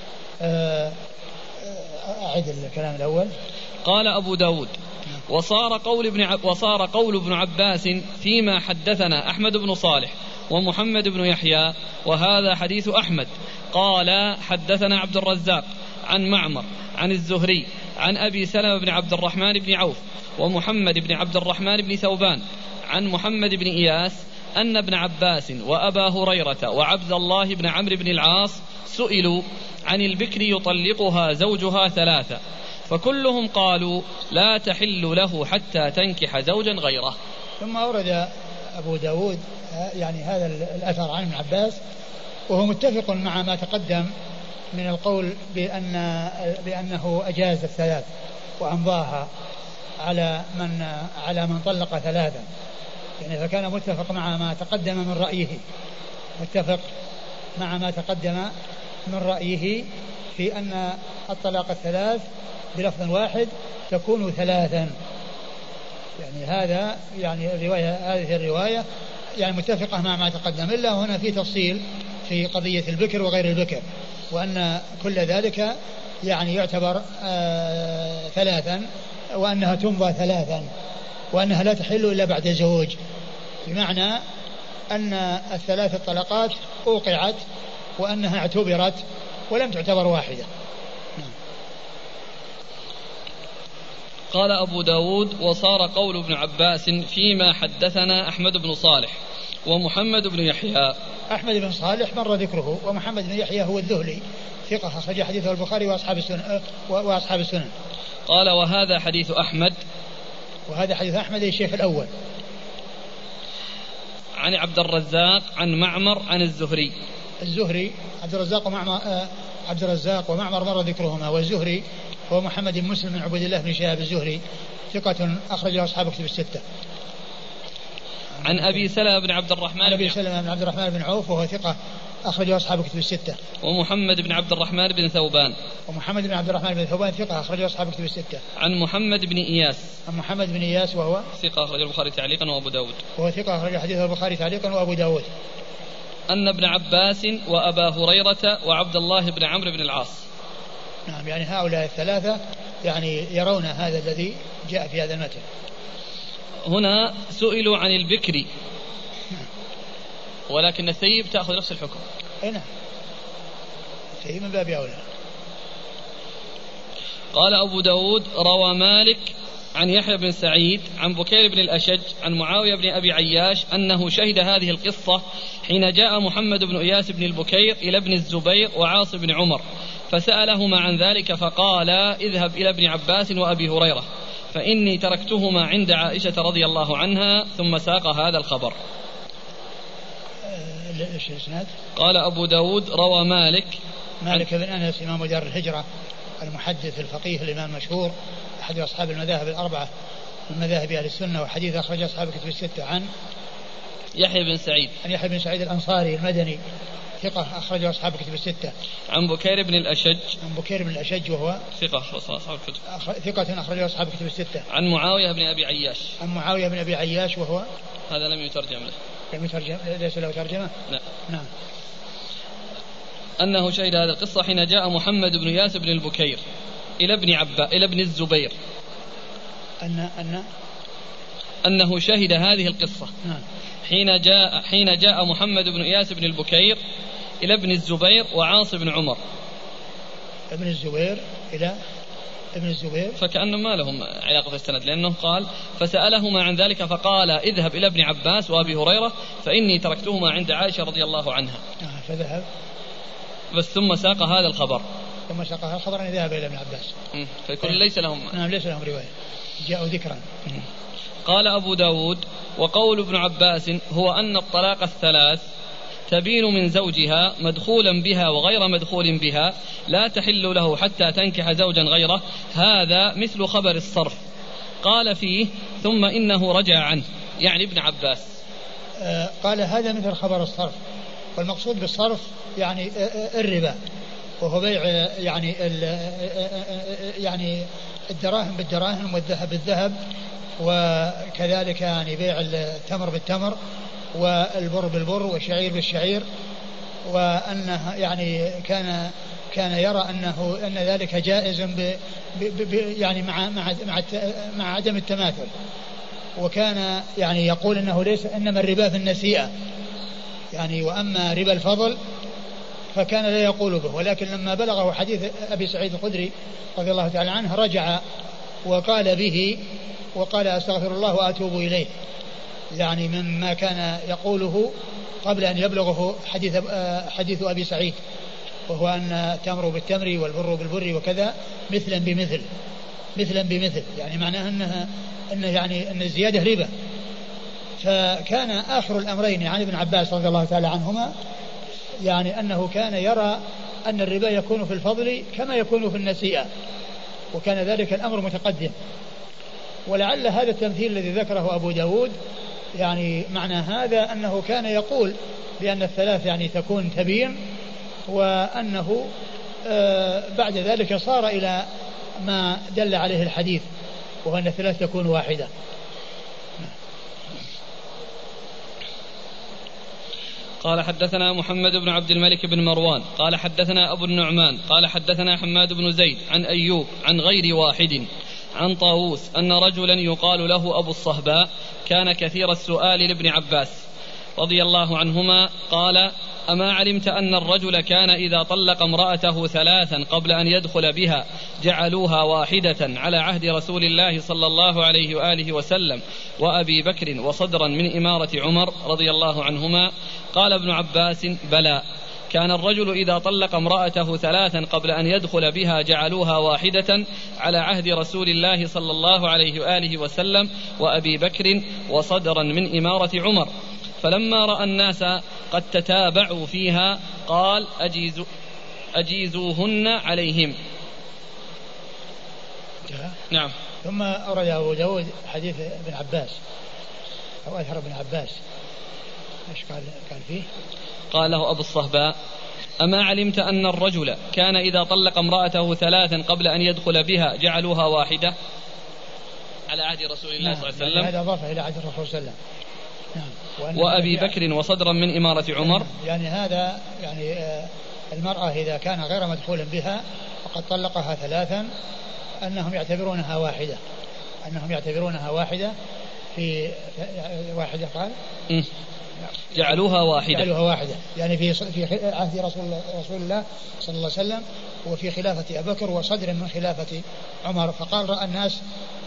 أعد الكلام الأول. قال أبو داود: وصار قول ابن عباس فيما حدثنا أحمد بن صالح ومحمد بن يحيى، وهذا حديث أحمد. قال: حدثنا عبد الرزاق عن معمر عن الزهري عن أبي سلمة بن عبد الرحمن بن عوف ومحمد بن عبد الرحمن بن ثوبان عن محمد بن إياس أن ابن عباس وأبا هريرة وعبد الله بن عمرو بن العاص سئلوا عن البكر يطلقها زوجها ثلاثة، فكلهم قالوا: لا تحل له حتى تنكح زوجا غيره. ثم أورد أبو داود يعني هذا الأثر عن ابن عباس، وهو متفق مع ما تقدم من القول بأنه أجاز الثلاث وأمضاها على من طلق ثلاثا، يعني فكان متفق مع ما تقدم من رأيه، متفق مع ما تقدم من رأيه في أن الطلاق الثلاث بلفظ واحد تكون ثلاثا، يعني هذا يعني هذه الرواية يعني متفقة مع ما تقدم، إلا هنا في تفصيل في قضية البكر وغير البكر، وأن كل ذلك يعني يعتبر ثلاثا، وأنها تمضى ثلاثا، وأنها لا تحل إلا بعد زوج، بمعنى أن الثلاث الطلقات أوقعت وأنها اعتبرت ولم تعتبر واحدة. قال أبو داود: وصار قول ابن عباس فيما حدثنا أحمد بن صالح ومحمد بن يحيى. أحمد بن صالح مر ذكره، ومحمد بن يحيى هو الذهلي ثقة أخرج حديثه البخاري وأصحاب السنن. قال: وهذا حديث أحمد. وهذا حديث أحمد الشيخ الأول. عن عبد الرزاق عن معمر عن الزهري. عبد الرزاق ومعمر مر ذكرهما، والزهري هو محمد بن مسلم بن عبد الله بن شهاب الزهري ثقة أخرج له أصحاب كتب الستة. عن أبي سلمة بن عبد الرحمن بن عوف وهو ثقة أخرج له أصحاب كتب الستة. ومحمد بن عبد الرحمن بن ثوبان ثقة أخرج له أصحاب كتب الستة. عن محمد بن إياس وهو ثقة أخرج البخاري تعليقا وأبو داود. وهو ثقة أخرج حديث البخاري تعليقا وأبو داود. أن ابن عباس وأبا هريرة وعبد الله بن عمرو بن العاص. نعم، يعني هؤلاء الثلاثة يعني يرون هذا الذي جاء في هذا المتن. هنا سئلوا عن البكر ولكن الثيب تأخذ نفس الحكم. نعم الثيب من باب أولى. قال أبو داود روى مالك عن يحيى بن سعيد عن بكير بن الأشج عن معاوية بن أبي عياش أنه شهد هذه القصة حين جاء محمد بن إياس بن البكير إلى ابن الزبير وعاص بن عمر فسألهما عن ذلك فقال اذهب إلى ابن عباس وأبي هريرة فإني تركتهما عند عائشة رضي الله عنها. ثم ساق هذا الخبر. قال أبو داود روى مالك بن أنس إمام دار الهجرة المحدث الفقيه الإمام المشهور أحد أصحاب المذاهب الأربعة من مذاهب أهل السنة وحديث أخرج أصحاب الكتب الستة عن يحيى بن سعيد الأنصاري المدني ثقة أخرج أصحاب الكتب الستة. عن بكير بن الأشج وهو ثقة أخرج أصحاب الكتب الستة. عن معاوية بن أبي عياش وهو هذا لم يترجم له. ليس له ترجمة. لا. نعم. أنه شهد هذه القصة حين جاء محمد بن إياس بن البكير إلى ابن الزبير أنه شهد هذه القصة. نعم. حين جاء محمد بن إياس بن البكير إلى ابن الزبير وعاص بن عمر. ابن الزبير إلى ابن الزبير فكأنه ما لهم علاقة في السند لأنه قال فسألهما عن ذلك فقال اذهب إلى ابن عباس وأبي هريرة فإني تركتهما عند عائشة رضي الله عنها. فذهب بس ثم ساق هذا الخبر أن ذهب إلى ابن عباس. فيكون ليس لهم رواية جاءوا ذكرا. قال أبو داود وقول ابن عباس هو أن الطلاق الثلاث تبين من زوجها مدخولا بها وغير مدخول بها لا تحل له حتى تنكح زوجا غيره هذا مثل خبر الصرف. قال فيه ثم إنه رجع عنه يعني ابن عباس. قال هذا مثل خبر الصرف والمقصود بالصرف يعني الربا وهو بيع يعني الدراهم بالدراهم والذهب بالذهب وكذلك يعني بيع التمر بالتمر والبر بالبر والشعير بالشعير وأنه يعني كان يرى أن ذلك جائز يعني مع عدم التماثل وكان يعني يقول أنه ليس إنما الربا في النسيئة يعني وأما ربا الفضل فكان لا يقول به ولكن لما بلغه حديث أبي سعيد الخدري رضي الله تعالى عنه رجع وقال به وقال أستغفر الله وأتوب إليه يعني مما كان يقوله قبل أن يبلغه حديث أبي سعيد وهو أن التمر بالتمر والبر بالبر وكذا مثلا بمثل يعني معناه أن الزيادة ربا. فكان آخر الأمرين عن ابن عباس رضي الله تعالى عنهما يعني أنه كان يرى أن الربا يكون في الفضل كما يكون في النسيئة وكان ذلك الأمر متقدم. ولعل هذا التمثيل الذي ذكره أبو داود يعني معنى هذا أنه كان يقول بأن الثلاث يعني تكون تبين وأنه بعد ذلك صار إلى ما دل عليه الحديث وهو أن الثلاث تكون واحدة. قال حدثنا محمد بن عبد الملك بن مروان قال حدثنا أبو النعمان قال حدثنا حماد بن زيد عن أيوب عن غير واحد عن طاووس أن رجلا يقال له أبو الصهباء كان كثير السؤال لابن عباس رضي الله عنهما قال أما علمت أن الرجل كان إذا طلق امرأته ثلاثا قبل أن يدخل بها جعلوها واحدة على عهد رسول الله صلى الله عليه وآله وسلم وأبي بكر وصدرا من إمارة عمر رضي الله عنهما. قال ابن عباس بلى كان الرجل إذا طلق امرأته ثلاثا قبل أن يدخل بها جعلوها واحدة على عهد رسول الله صلى الله عليه وآله وسلم وأبي بكر وصدرا من إمارة عمر. فلما رأى الناس قد تتابعوا فيها قال أجيزوهن عليهم. نعم. ثم أورد أبو داود حديث ابن عباس أو أثر ابن عباس إيش قال فيه؟ قال له أبو الصهباء أما علمت أن الرجل كان إذا طلق امرأته ثلاثا قبل أن يدخل بها جعلوها واحدة على عهد رسول الله صلى الله عليه وسلم. هذا أضاف إلى عهد الرسول صلى الله عليه وسلم. نعم. وأبي بكر وصدرا من إمارة عمر. يعني هذا يعني المرأة إذا كان غير مدخول بها وقد طلقها ثلاثا أنهم يعتبرونها واحدة في واحدة قال جعلوها واحدة يعني في عهد رسول الله صلى الله عليه وسلم وفي خلافة أبي بكر وصدر من خلافة عمر. فقال رأى الناس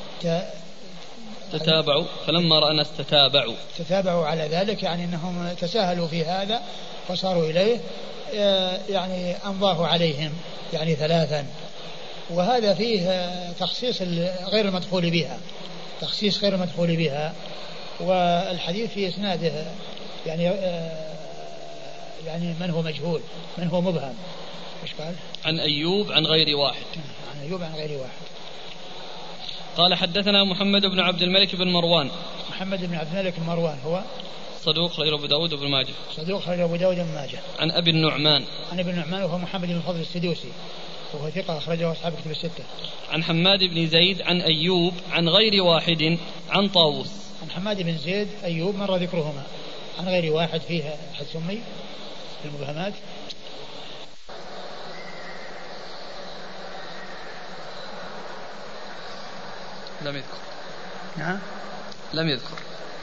تتابعوا، فلما رأى الناس تتابعوا على ذلك، يعني أنهم تساهلوا في هذا وصاروا إليه، يعني أمضاه عليهم يعني 3. وهذا فيه تخصيص غير المدخول بها، والحديث في إسناده يعني من هو مجهول، من هو مبهم. إيش قال؟ عن أيوب عن غير واحد. قال حدثنا محمد بن عبد الملك بن مروان. محمد بن عبد الملك بن مروان هو صدوق خرج أبو داود وابن ماجه. عن أبي النعمان. وهو محمد بن الفضل السدوسي وهو ثقة أخرجه أصحاب كتب الستة. عن حماد بن زيد عن أيوب عن غير واحد عن طاووس. عن حماد بن زيد أيوب مر ذكرهما، عن غير واحد فيها أحد سمي في المبهمات. لم يذكر. نعم لم يذكر.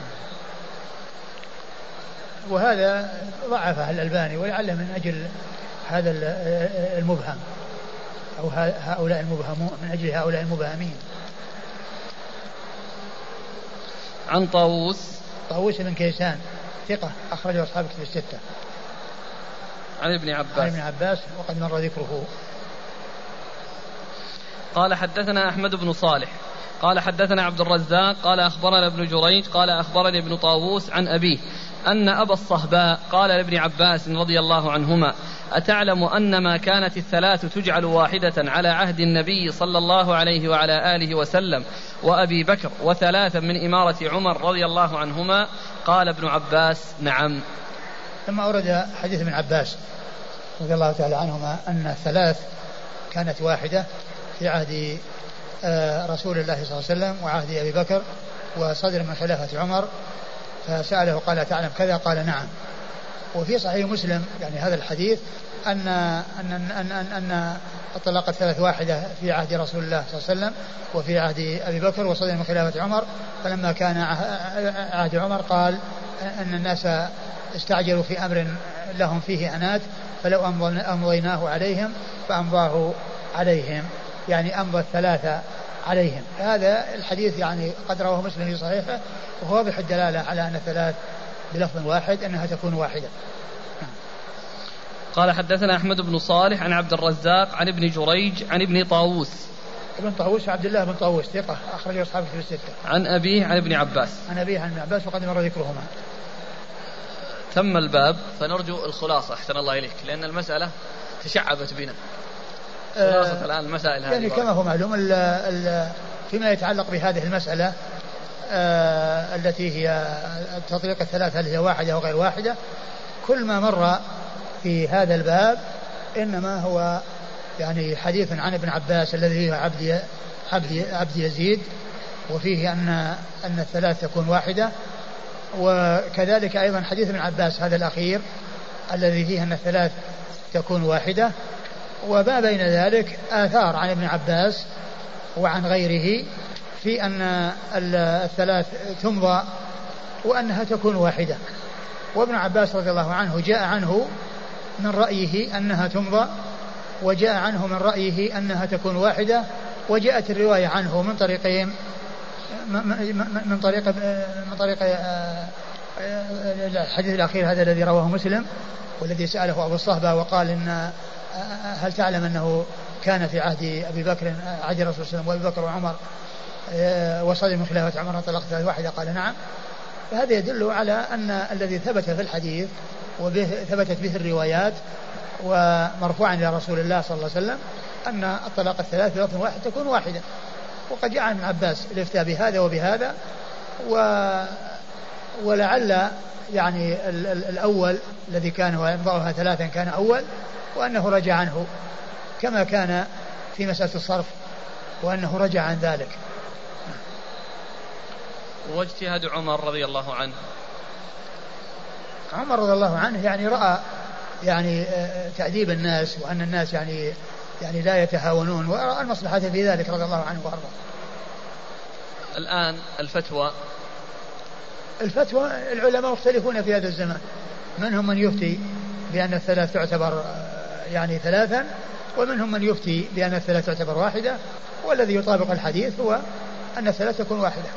وهذا ضعفه الألباني ولعله من أجل هذا المبهم أو هؤلاء المبهمون، من أجل هؤلاء المبهمين. عن طاووس بن كيسان ثقة أخرجه أصحاب كتب الستة. عن ابن عباس وقد مر ذكره. قال حدثنا أحمد بن صالح قال حدثنا عبد الرزاق قال أخبرنا ابن جريج قال أخبرني ابن طاووس عن أبيه أن أبا الصهباء قال لابن عباس رضي الله عنهما: أتعلم أن ما كانت 3 تجعل واحدة على عهد النبي صلى الله عليه وعلى آله وسلم وأبي بكر و3 من إمارة عمر رضي الله عنهما؟ قال ابن عباس: نعم. ثم أورد حديث ابن عباس رضي الله تعالى عنهما أن 3 كانت واحدة في عهد رسول الله صلى الله عليه وسلم وعهد أبي بكر وصدر من خلافة عمر، فسأله قال: أتعلم كذا؟ قال: نعم. وفي صحيح مسلم يعني هذا الحديث أن الطلاق 3 واحدة في عهد رسول الله صلى الله عليه وسلم وفي عهد أبي بكر وصدر من خلافة عمر، فلما كان عهد عمر قال أن الناس استعجلوا في أمر لهم فيه أنات فلو أمضيناه عليهم فأمضاه عليهم، يعني أمضى 3 عليهم. هذا الحديث يعني قد رواه مسلم في صحيحه وهو واضح الدلالة على أن 3 بلفظ واحد أنها تكون واحدة. قال حدثنا أحمد بن صالح عن عبد الرزاق عن ابن جريج عن ابن طاووس. ابن طاووس عبد الله بن طاووس ثقة أخرجه أصحاب كتب الستة. عن أبيه عن ابن عباس. عن ابن عباس وقد مر ذكرهما. تم الباب، فنرجو الخلاصة أحسن الله إليك، لأن المسألة تشعبت بنا. خلاصة الآن المسائل هذه يعني كما هو معلوم فيما يتعلق بهذه المسألة التي هي تطليق 3 هل هي واحدة أو غير واحدة، كل ما مر في هذا الباب إنما هو يعني حديث عن ابن عباس الذي هو عبد يزيد، وفيه أن 3 تكون واحدة، وكذلك أيضا حديث ابن عباس هذا الأخير الذي فيه أن 3 تكون واحدة. وما بين ذلك آثار عن ابن عباس وعن غيره في أن 3 تمضى وأنها تكون واحدة. وابن عباس رضي الله عنه جاء عنه من رأيه أنها تمضى، وجاء عنه من رأيه أنها تكون واحدة، وجاءت الرواية عنه من طريقين، من طريق الحديث الأخير هذا الذي رواه مسلم والذي سأله أبو الصهبة وقال إن هل تعلم أنه كان في عهد أبي بكر عهد الرسول صلى الله عليه وسلم وأبي بكر وعمر وصدر من خلافة عمر طلق 3 واحدة؟ قال: نعم. فهذا يدل على أن الذي ثبت في الحديث وثبتت به الروايات ومرفوعا إلى رسول الله صلى الله عليه وسلم أن الطلاق 3 بلفظ واحد تكون واحدة. وقد جاء عن ابن عباس الافتاء بهذا وبهذا، ولعل يعني الأول الذي كان ويمضعها 3 كان أول، وأنه رجع عنه كما كان في مسألة الصرف وأنه رجع عن ذلك. واجتهاد عمر رضي الله عنه. عمر رضي الله عنه يعني رأى يعني تأديب الناس وأن الناس يعني لا يتهاونون، ورأى المصلحة في ذلك رضي الله عنه وأرضاه. الآن الفتوى الفتوى العلماء مختلفون في هذا الزمان، منهم من يفتي بأن الثلاث تعتبر يعني ثلاثا، ومنهم من يفتي بأن الثلاث تعتبر واحدة، والذي يطابق الحديث هو أن الثلاث تكون واحدة.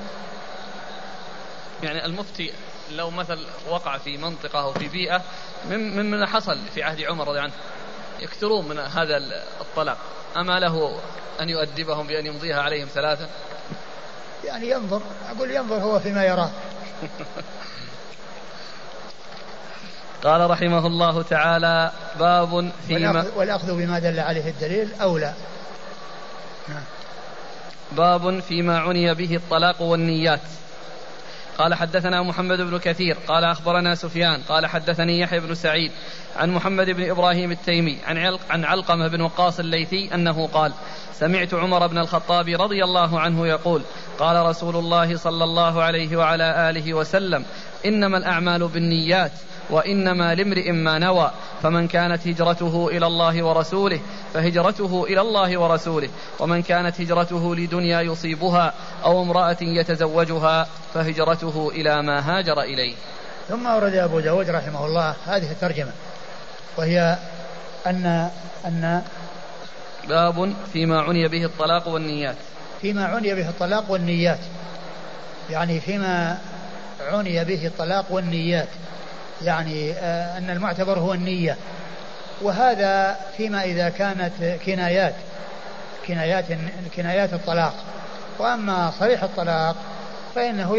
يعني المفتي لو مثل وقع في منطقة أو في بيئة مما حصل في عهد عمر رضي عنه يكثرون من هذا الطلاق، أما له أن يؤدبهم بأن يمضيها عليهم ثلاثا؟ يعني ينظر، أقول ينظر هو فيما يراه. قال رحمه الله تعالى: باب فيما والأخذ بما دل عليه الدليل أولى. باب فيما عني به الطلاق والنيات. قال حدثنا محمد بن كثير قال أخبرنا سفيان قال حدثني يحيى بن سعيد عن محمد بن إبراهيم التيمي عن علقمة بن وقاص الليثي أنه قال: سمعت عمر بن الخطاب رضي الله عنه يقول: قال رسول الله صلى الله عليه وعلى آله وسلم: إنما الأعمال بالنيات وإنما لامرئ ما نوى، فمن كانت هجرته إلى الله ورسوله فهجرته إلى الله ورسوله، ومن كانت هجرته لدنيا يصيبها أو امرأة يتزوجها فهجرته إلى ما هاجر إليه. ثم أورد أبو داود رحمه الله هذه الترجمة، وهي أن باب فيما عني به الطلاق والنيات. فيما عني به الطلاق والنيات، يعني فيما عني به الطلاق والنيات، يعني أن المعتبر هو النية، وهذا فيما إذا كانت كنايات الطلاق. وأما صريح الطلاق فإنه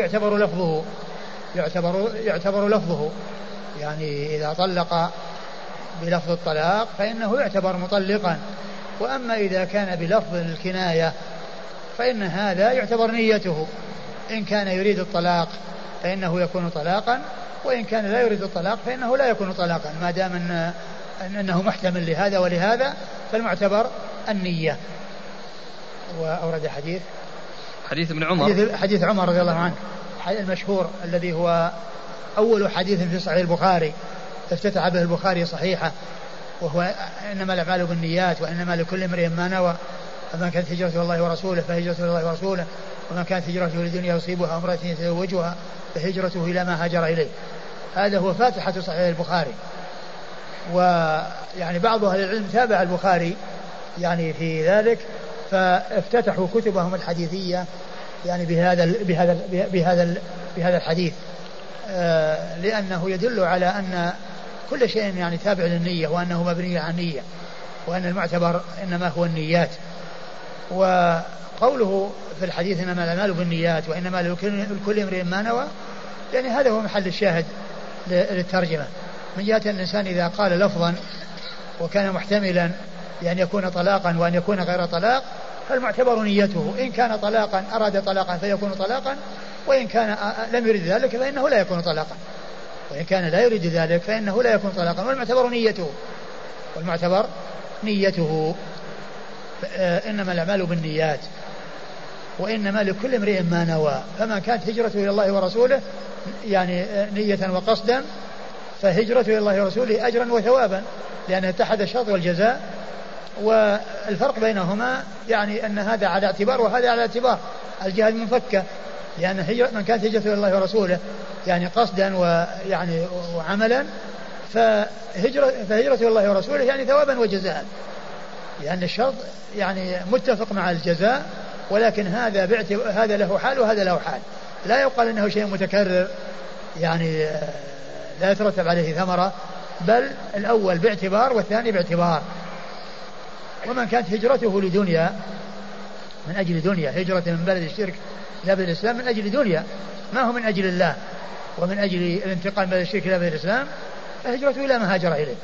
يعتبر لفظه، يعني إذا طلق بلفظ الطلاق فإنه يعتبر مطلقا. وأما إذا كان بلفظ الكناية فإن هذا يعتبر نيته، إن كان يريد الطلاق فإنه يكون طلاقا، وإن كان لا يريد الطلاق فإنه لا يكون طلاقا، ما دام أنه محتمل لهذا ولهذا، فالمعتبر النية. وأورد حديث ابن عمر، حديث عمر رضي الله عنه المشهور، الذي هو أول حديث في صحيح البخاري افتتح به البخاري صحيحة، وهو: إنما الأعمال بالنيات وإنما لكل امرئ ما نوى، فمن كانت هجرته إلى الله ورسوله فهجرته إلى الله ورسوله، ومن كانت هجرته للدنيا يصيبها امرأة يتزوجها فهجرته إلى ما هاجر إليه. هذا هو فاتحة صحيح البخاري. ويعني بعض أهل العلم تابع البخاري يعني في ذلك، فافتتحوا كتبهم الحديثية يعني بهذا الحديث، لأنه يدل على أن كل شيء يعني تابع للنية، وأنه مبني على النية، وأن المعتبر إنما هو النيات. وقوله في الحديث: إنما الأعمال بالنيات وإنما لكل امرئ ما نوى، يعني هذا هو محل الشاهد للترجمة، من جهة الإنسان إذا قال لفظا وكان محتملا لأن يكون طلاقا وأن يكون غير طلاق، فالمعتبر نيته، إن كان طلاقا أراد طلاقا فيكون طلاقا، وإن كان لم يرد ذلك فإنه لا يكون طلاقا، وإن كان لا يريد ذلك فإنه لا يكون طلاقا، والمعتبر نيته. إنما الأعمال بالنيات وإنما لكل امرئ ما نوى، فمن كانت هجرته إلى الله ورسوله يعني نية وقصدا فهجرته إلى الله ورسوله أجرا وثوابا، لأن اتحد الشرط والجزاء. والفرق بينهما يعني أن هذا على اعتبار وهذا على اعتبار، الجهة المنفكة، لأن من كانت هجرته إلى الله ورسوله يعني قصدا ويعني وعملا، فهجرته إلى الله ورسوله يعني ثوابا وجزاء، لأن الشرط يعني متفق مع الجزاء، ولكن هذا له حال وهذا له حال، لا يقال أنه شيء متكرر يعني لا يترتب عليه ثمرة، بل الأول باعتبار والثاني باعتبار. ومن كانت هجرته لدنيا من أجل دنيا، هجرة من بلد الشرك إلى بلد الإسلام من أجل دنيا، ما هو من أجل الله ومن أجل الانتقال من بلد الشرك إلى بلد الإسلام، فهجرته إلى ما هاجر إليه.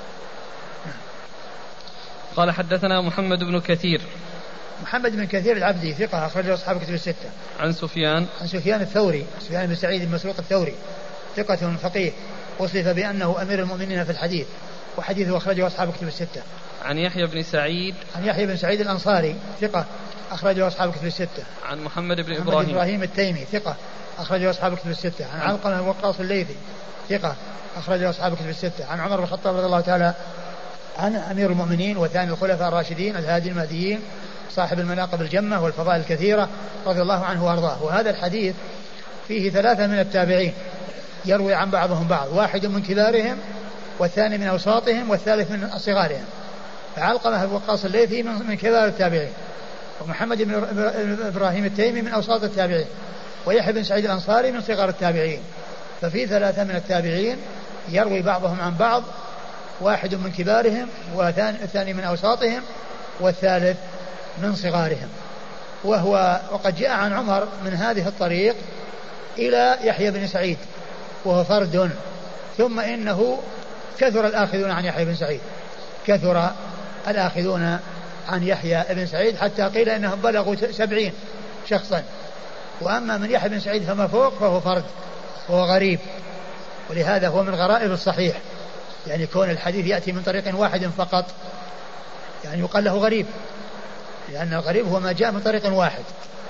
قال حدثنا محمد بن كثير. محمد بن كثير العبدي ثقة أخرجه أصحاب كتب الستة. عن سفيان الثوري، سفيان بن سعيد بن مسروق الثوري، ثقة فقيه، وصف بأنه أمير المؤمنين في الحديث، وحديثه أخرجه أصحاب كتب الستة. عن يحيى بن سعيد الأنصاري ثقة أخرجه أصحاب كتب الستة. عن محمد بن إبراهيم التيمي ثقة أخرجه أصحاب كتب الستة. عن علقمة بن وقاص الليثي ثقة أخرجه أصحاب كتب الستة. عن عمر بن الخطاب رضي الله تعالى عن أمير المؤمنين وثاني الخلفاء الراشدين الهادي المهديين صاحب المناقب الجمة والفضائل الكثيرة رضي الله عنه وأرضاه. وهذا الحديث فيه 3 من التابعين يروي عن بعضهم بعض، واحد من كبارهم والثاني من أوساطهم والثالث من صغارهم. فعلقمة بن وقاص الليثي من كبار التابعين، ومحمد بن إبراهيم التيمي من أوساط التابعين، ويحيى بن سعيد الأنصاري من صغار التابعين. ففي 3 من التابعين يروي بعضهم عن بعض، واحد من كبارهم والثاني من أوساطهم والثالث من صغارهم. وقد جاء عن عمر من هذه الطريق إلى يحيى بن سعيد وهو فرد، ثم إنه كثر الآخذون عن يحيى بن سعيد، كثر الآخذون عن يحيى بن سعيد حتى قيل إنهم بلغوا 70 شخصا. وأما من يحيى بن سعيد فما فوق فهو فرد وهو غريب، ولهذا هو من غرائب الصحيح، يعني كون الحديث يأتي من طريق واحد فقط يعني يقال له غريب، لأن الغريب هو ما جاء من طريق واحد.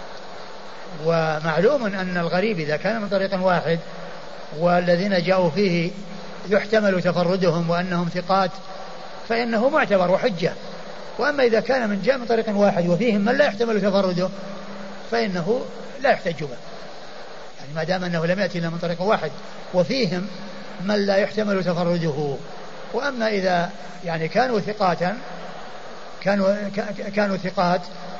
ومعلوم أن الغريب إذا كان من طريق واحد والذين جاءوا فيه يحتمل تفردهم وأنهم ثقات فإنه معتبر وحجة. وأما إذا كان من جاء من طريق واحد وفيهم من لا يحتمل تفرده فإنه لا يحتج به، يعني ما دام أنه لم يأتي إلا من طريق واحد وفيهم من لا يحتمل تفرده. وأما إذا يعني كانوا ثقات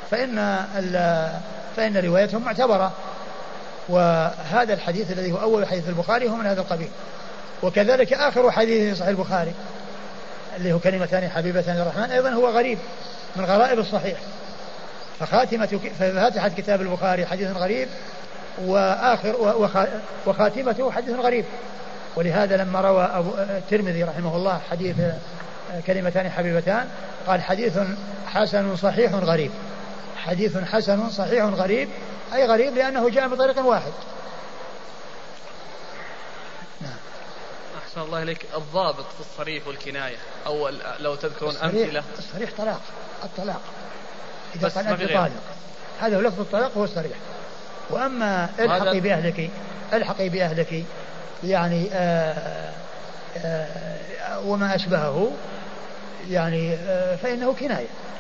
فإن روايتهم معتبرة. وهذا الحديث الذي هو أول حديث البخاري هو من هذا القبيل. وكذلك آخر حديث صحيح البخاري اللي هو كلمتان حبيبتان للرحمن أيضا هو غريب من غرائب الصحيح. ففاتحة كتاب البخاري حديث غريب وخاتمته حديث غريب. ولهذا لما روى الترمذي رحمه الله حديث كلمتان حبيبتان قال حديث حسن صحيح غريب، حديث حسن صحيح غريب، أي غريب لأنه جاء بطريق واحد. أحسن الله إليك. الضابط في الصريح والكناية أو لو تذكرون أمثلة. الصريح الطلاق إذا قال أنت طالق، هذا هو لفظ الطلاق هو الصريح. وأما الحقي بأهلك يعني وما أشبهه يعني فإنه كناية.